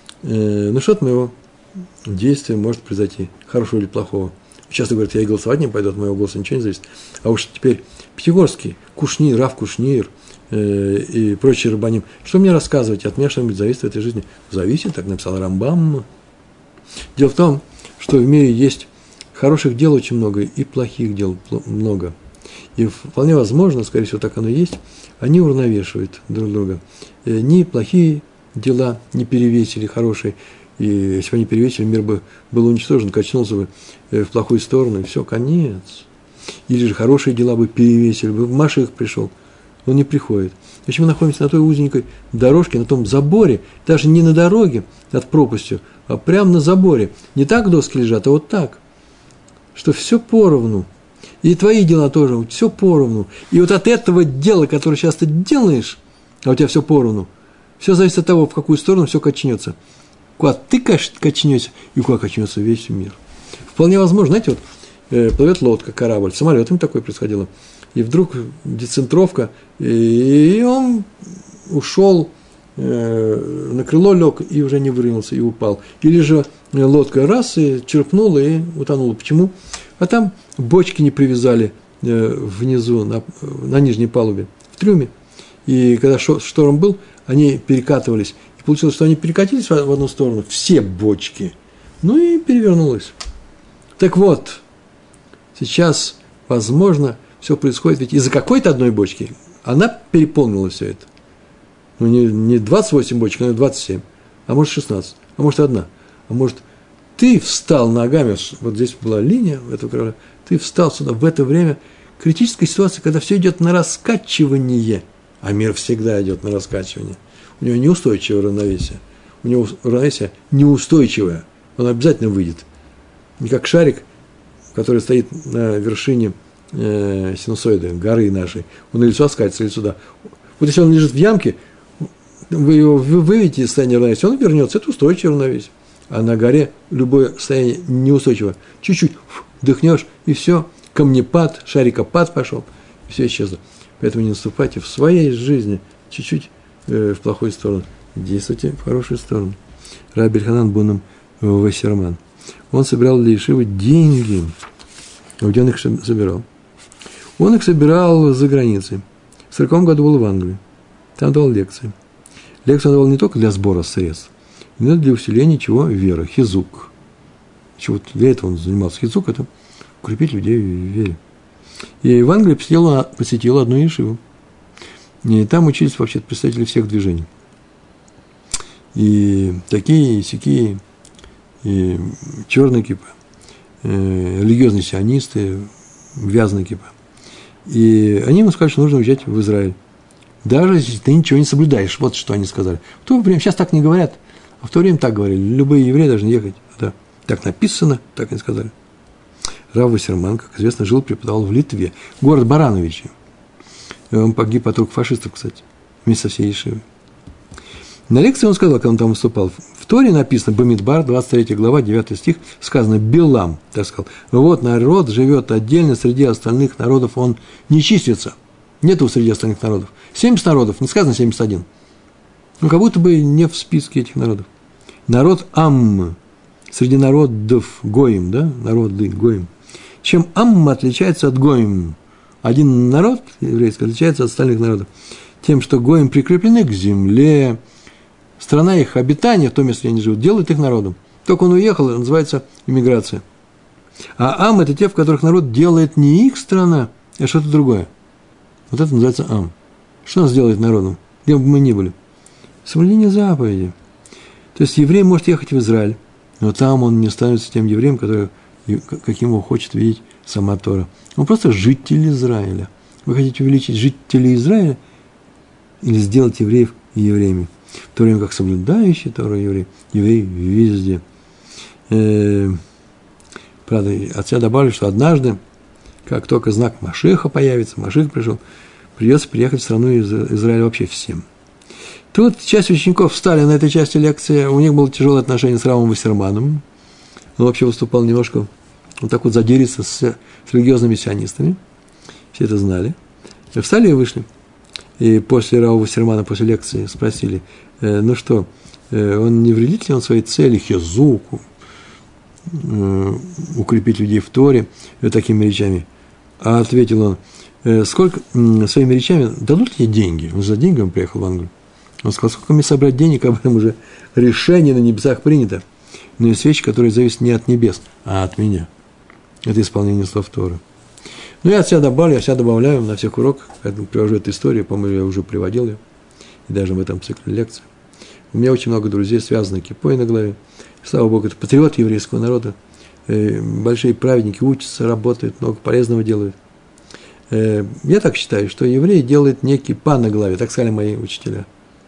э, ну, что-то моего действия может произойти, хорошего или плохого. Часто говорят, я и голосовать не пойду, от моего голоса ничего не зависит. А уж теперь Пятигорский, Кушнир, Рав Кушнир э, и прочие рабаним, что мне рассказывать, от меня что-нибудь зависит в этой жизни? Зависит, так написал Рамбам. Дело в том, что в мире есть хороших дел очень много и плохих дел много. И вполне возможно, скорее всего, так оно и есть, они уравновешивают друг друга. Ни плохие дела не перевесили хорошие, и если бы они перевесили, мир бы был уничтожен, качнулся бы в плохую сторону, и все, конец. Или же хорошие дела бы перевесили, бы Машиах пришел, он не приходит. Значит, мы находимся на той узенькой дорожке, на том заборе, даже не на дороге над пропастью, а прямо на заборе. Не так доски лежат, а вот так, что все поровну. И твои дела тоже, все поровну. И вот от этого дела, которое сейчас ты делаешь, а у тебя все поровну, все зависит от того, в какую сторону все качнется. Куда ты качнешься, и куда качнется весь мир. Вполне возможно, знаете, вот э, плывет лодка, корабль, самолетами такое происходило, и вдруг децентровка, и он ушел э, на крыло лег и уже не выровнялся и упал. Или же лодка раз и черпнула и утонула. Почему? А там бочки не привязали э, внизу, на, на нижней палубе, в трюме. И когда шторм был, они перекатывались. И получилось, что они перекатились в одну сторону, все бочки. Ну и перевернулось. Так вот, сейчас, возможно, все происходит ведь из-за какой-то одной бочки. Она переполнила все это. Ну, не, не двадцать восемь бочек, но двадцать семь. А может, шестнадцать. А может, одна. А может, ты встал ногами, вот здесь была линия этого корабля, ты встал сюда в это время критической ситуации, когда все идет на раскачивание. А мир всегда идет на раскачивание. У него неустойчивое равновесие. У него равновесие неустойчивое. Он обязательно выйдет. Не как шарик, который стоит на вершине э, синусоиды, горы нашей. Он или сюда скатится, или сюда. Вот если он лежит в ямке, вы его выведете из состояния равновесия, он вернется. Это устойчивое равновесие. А на горе любое состояние неустойчивое. Чуть-чуть вдохнешь, и все. Камнепад, шарикопад пошел, и все исчезло. Поэтому не наступайте в своей жизни чуть-чуть э, в плохую сторону. Действуйте в хорошую сторону. Раби Эльханан бен Вассерман. Он собирал для Ешивы деньги. Где он их собирал? Он их собирал за границей. В сороковом году был в Англии. Там давал лекции. Лекцию он давал не только для сбора средств, но и для усиления чего? Веры. Хизук. Чего для этого он занимался. Хизук – это укрепить людей в вере. И в Англии посетил, посетил одну ешиву. И там учились вообще представители всех движений. И такие, и сякие, и черные кипы, э, религиозные сионисты, вязаные кипы. И они ему сказали, что нужно уезжать в Израиль. Даже если ты ничего не соблюдаешь. Вот что они сказали. В то время, сейчас так не говорят, а в то время так говорили. Любые евреи должны ехать. Да. Так написано, так они сказали. Рав Вассерман, как известно, жил, преподавал в Литве. Город Барановичи. Он погиб от рук фашистов, кстати, вместе со всей ешивой. На лекции он сказал, когда он там выступал, в Торе написано, Бамидбар, двадцать третья глава, девятый стих, сказано, Билам, так сказал, вот народ живет отдельно, среди остальных народов он не числится. Нету среди остальных народов. семьдесят народов, не сказано семьдесят один. Ну, как будто бы не в списке этих народов. Народ Ам, среди народов Гоим, да, народы Гоим. Чем Ам отличается от Гоим? Один народ еврейский отличается от остальных народов тем, что Гоим прикреплены к земле, страна их обитания, в том месте, где они живут, делает их народом. Только он уехал, это называется иммиграция. А Ам – это те, в которых народ делает не их страна, а что-то другое. Вот это называется Ам. Что нас делает народом, где бы мы ни были? Соблюдение заповеди. То есть еврей может ехать в Израиль, но там он не становится тем евреем, который, каким его хочет видеть сама Тора. Он просто житель Израиля. Вы хотите увеличить жителей Израиля или сделать евреев евреями? В то время как соблюдающий Тору еврей, еврей везде. Э, правда, от себя добавлю, что однажды, как только знак Машиха появится, Маших пришел, придется приехать в страну Израиля вообще всем. Тут часть учеников встали на этой части лекции, у них было тяжелое отношение с Равом Вассерманом. Он вообще выступал немножко, вот так вот задириться с, с религиозными сионистами. Все это знали. Встали и вышли. И после Рава Вассермана, после лекции спросили, э, ну что, э, он не вредит ли он своей цели, хизуку, э, укрепить людей в Торе э, такими речами? А ответил он, э, сколько э, своими речами дадут ли деньги? Он за деньги он приехал в Англию. Он сказал, сколько мне собрать денег, об этом уже решение на небесах принято. Но есть вещи, которые зависят не от небес, а от меня. Это исполнение слов Торы. Ну, я от себя добавлю, я от себя добавляю на всех уроках, поэтому привожу эту историю, по-моему, я уже приводил ее, и даже в этом цикле лекций. У меня очень много друзей, связанных кипой на голове. Слава Богу, это патриот еврейского народа. Большие праведники учатся, работают, много полезного делают. Я так считаю, что еврей делает не кипа на голове, так сказали мои учителя.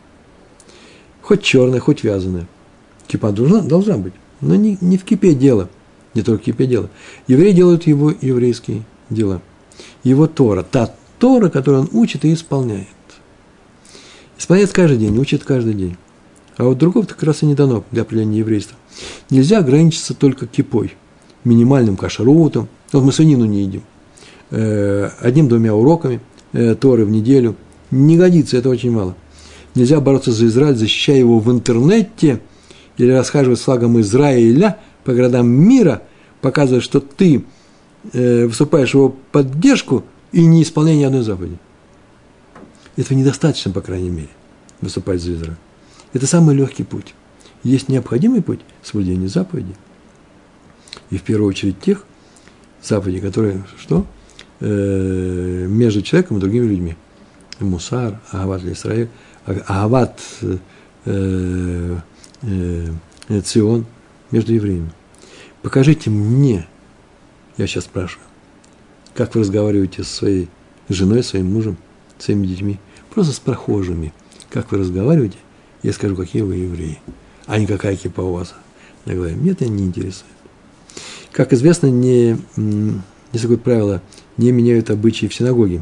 Хоть черная, хоть вязаная. Кипа должна, должна быть, но не, не в кипе дело, не только в кипе дело. Евреи делают его еврейские дела. Его Тора, та Тора, которую он учит и исполняет. Исполняет каждый день, учит каждый день. А вот другого как раз и не дано для определения еврейства. Нельзя ограничиться только кипой, минимальным кашрутом. Вот мы свинину не едим. Одним-двумя уроками Торы в неделю. Не годится, это очень мало. Нельзя бороться за Израиль, защищая его в интернете или расхаживать с флагом Израиля по городам мира, показывая, что ты э, выступаешь в его поддержку и не исполнение одной заповеди. Этого недостаточно, по крайней мере, выступать за Израиль. Это самый легкий путь. Есть необходимый путь соблюдения заповедей. И в первую очередь тех заповедей, которые, что? Э, между человеком и другими людьми. Мусар, Агават Исраэль, Агават э, э, Цион, между евреями. Покажите мне, я сейчас спрашиваю, как вы разговариваете со своей женой, своим мужем, своими детьми, просто с прохожими, как вы разговариваете, я скажу, какие вы евреи, а не какая кипа у вас на голове. Мне это не интересует. Как известно, не, есть такое правило, не меняют обычаи в синагоге.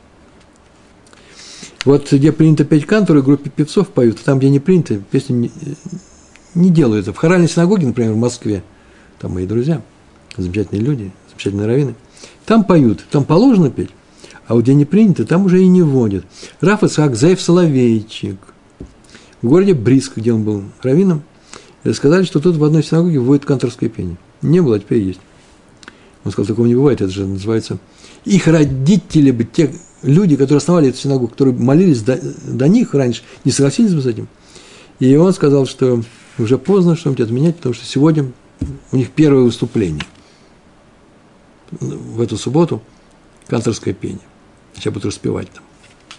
Вот где принято петь канторы, группе певцов поют, там, где не принято, песни не, не делаются. В хоральной синагоге, например, в Москве, там мои друзья, замечательные люди, замечательные раввины, там поют, там положено петь, а вот где не принято, там уже и не вводят. Рав Ицхак Заев Соловейчик в городе Бриск, где он был раввином, сказали, что тут в одной синагоге вводят канторское пение. Не было, а теперь есть. Он сказал, такого не бывает, это же называется... Их родители бы, те люди, которые основали эту синагогу, которые молились до, до них раньше, не согласились бы с этим. И он сказал, что уже поздно что-нибудь отменять, потому что сегодня у них первое выступление. В эту субботу канторское пение. Сейчас будут распевать там.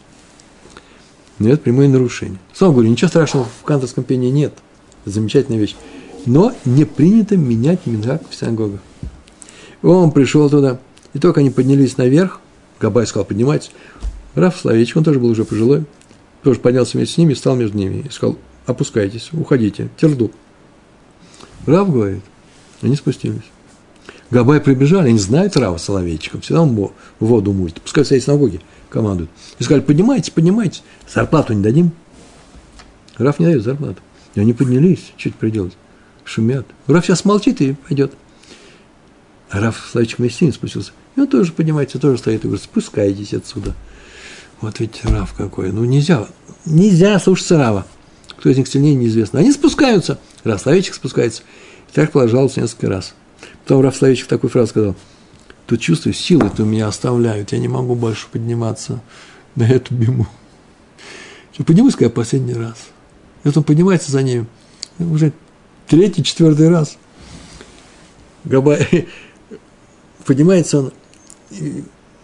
Но это прямое нарушение. Снова говорю, ничего страшного в канторском пении нет. Это замечательная вещь. Но не принято менять минхаг в синагогах. Он пришел туда, и только они поднялись наверх, Габай сказал, поднимайтесь. Рав Соловейчик, он тоже был уже пожилой, тоже поднялся вместе с ними, встал между ними и сказал, опускайтесь, уходите, терду. Рав говорит, они спустились. Габай прибежали, они знают Рава Соловейчика, всегда он в воду мутит, пускай в своей синагоге командуют. И сказали, поднимайтесь, поднимайтесь, зарплату не дадим. Рав не дает зарплату. И они поднялись, что теперь делать? Шумят. Рав сейчас молчит и пойдет. А Рав Соловейчик вместе с ним спустился. И он тоже поднимается, тоже стоит и говорит, спускайтесь отсюда. Вот ведь Рав какой. Ну, нельзя, нельзя слушаться Рава. Кто из них сильнее, неизвестно. Они спускаются. Рав Соловейчик спускается. И так положался несколько раз. Потом Рав Соловейчик такую фразу сказал, тут чувствую, силы-то меня оставляют, я не могу больше подниматься на эту биму. Поднимусь-ка я последний раз. И вот он поднимается за ним. Уже третий, четвертый раз. Габай, поднимается он. И...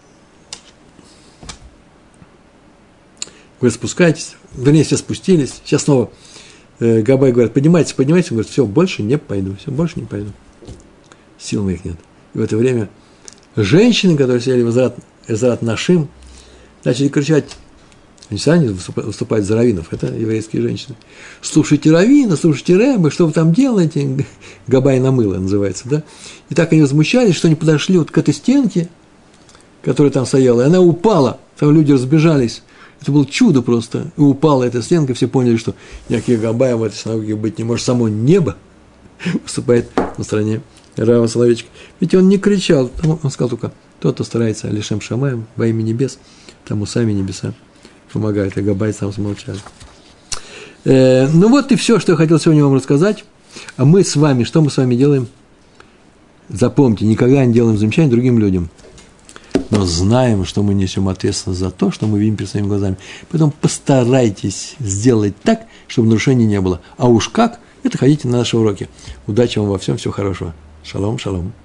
Говорит, спускайтесь. Вернее, все спустились. Сейчас снова э, Габай говорит, поднимайтесь, поднимайтесь. Он говорит, все, больше не пойду, все, больше не пойду. Сил моих нет. И в это время женщины, которые сидели в Эзрат, Эзрат Нашим, начали кричать, они сами выступают за раввинов, это еврейские женщины. Слушайте раввина, слушайте рэбы, что вы там делаете? Габай на мыло называется, да? И так они возмущались, что они подошли вот к этой стенке, которая там стояла, и она упала, там люди разбежались. Это было чудо просто. И упала эта стенка, все поняли, что никаких Габая в этой синагоге быть не может. Само небо выступает на стороне Рава Соловейчика. Ведь он не кричал, он сказал только, тот, кто старается лишем шамаем во имя небес, тому сами небеса помогают, и Габай сам смолчал. Э, ну вот и все, что я хотел сегодня вам рассказать. А мы с вами, что мы с вами делаем? Запомните, никогда не делаем замечания другим людям. Но знаем, что мы несем ответственность за то, что мы видим перед своими глазами. Поэтому постарайтесь сделать так, чтобы нарушений не было. А уж как, это ходите на наши уроки. Удачи вам во всем, всего хорошего. Шалом, шалом.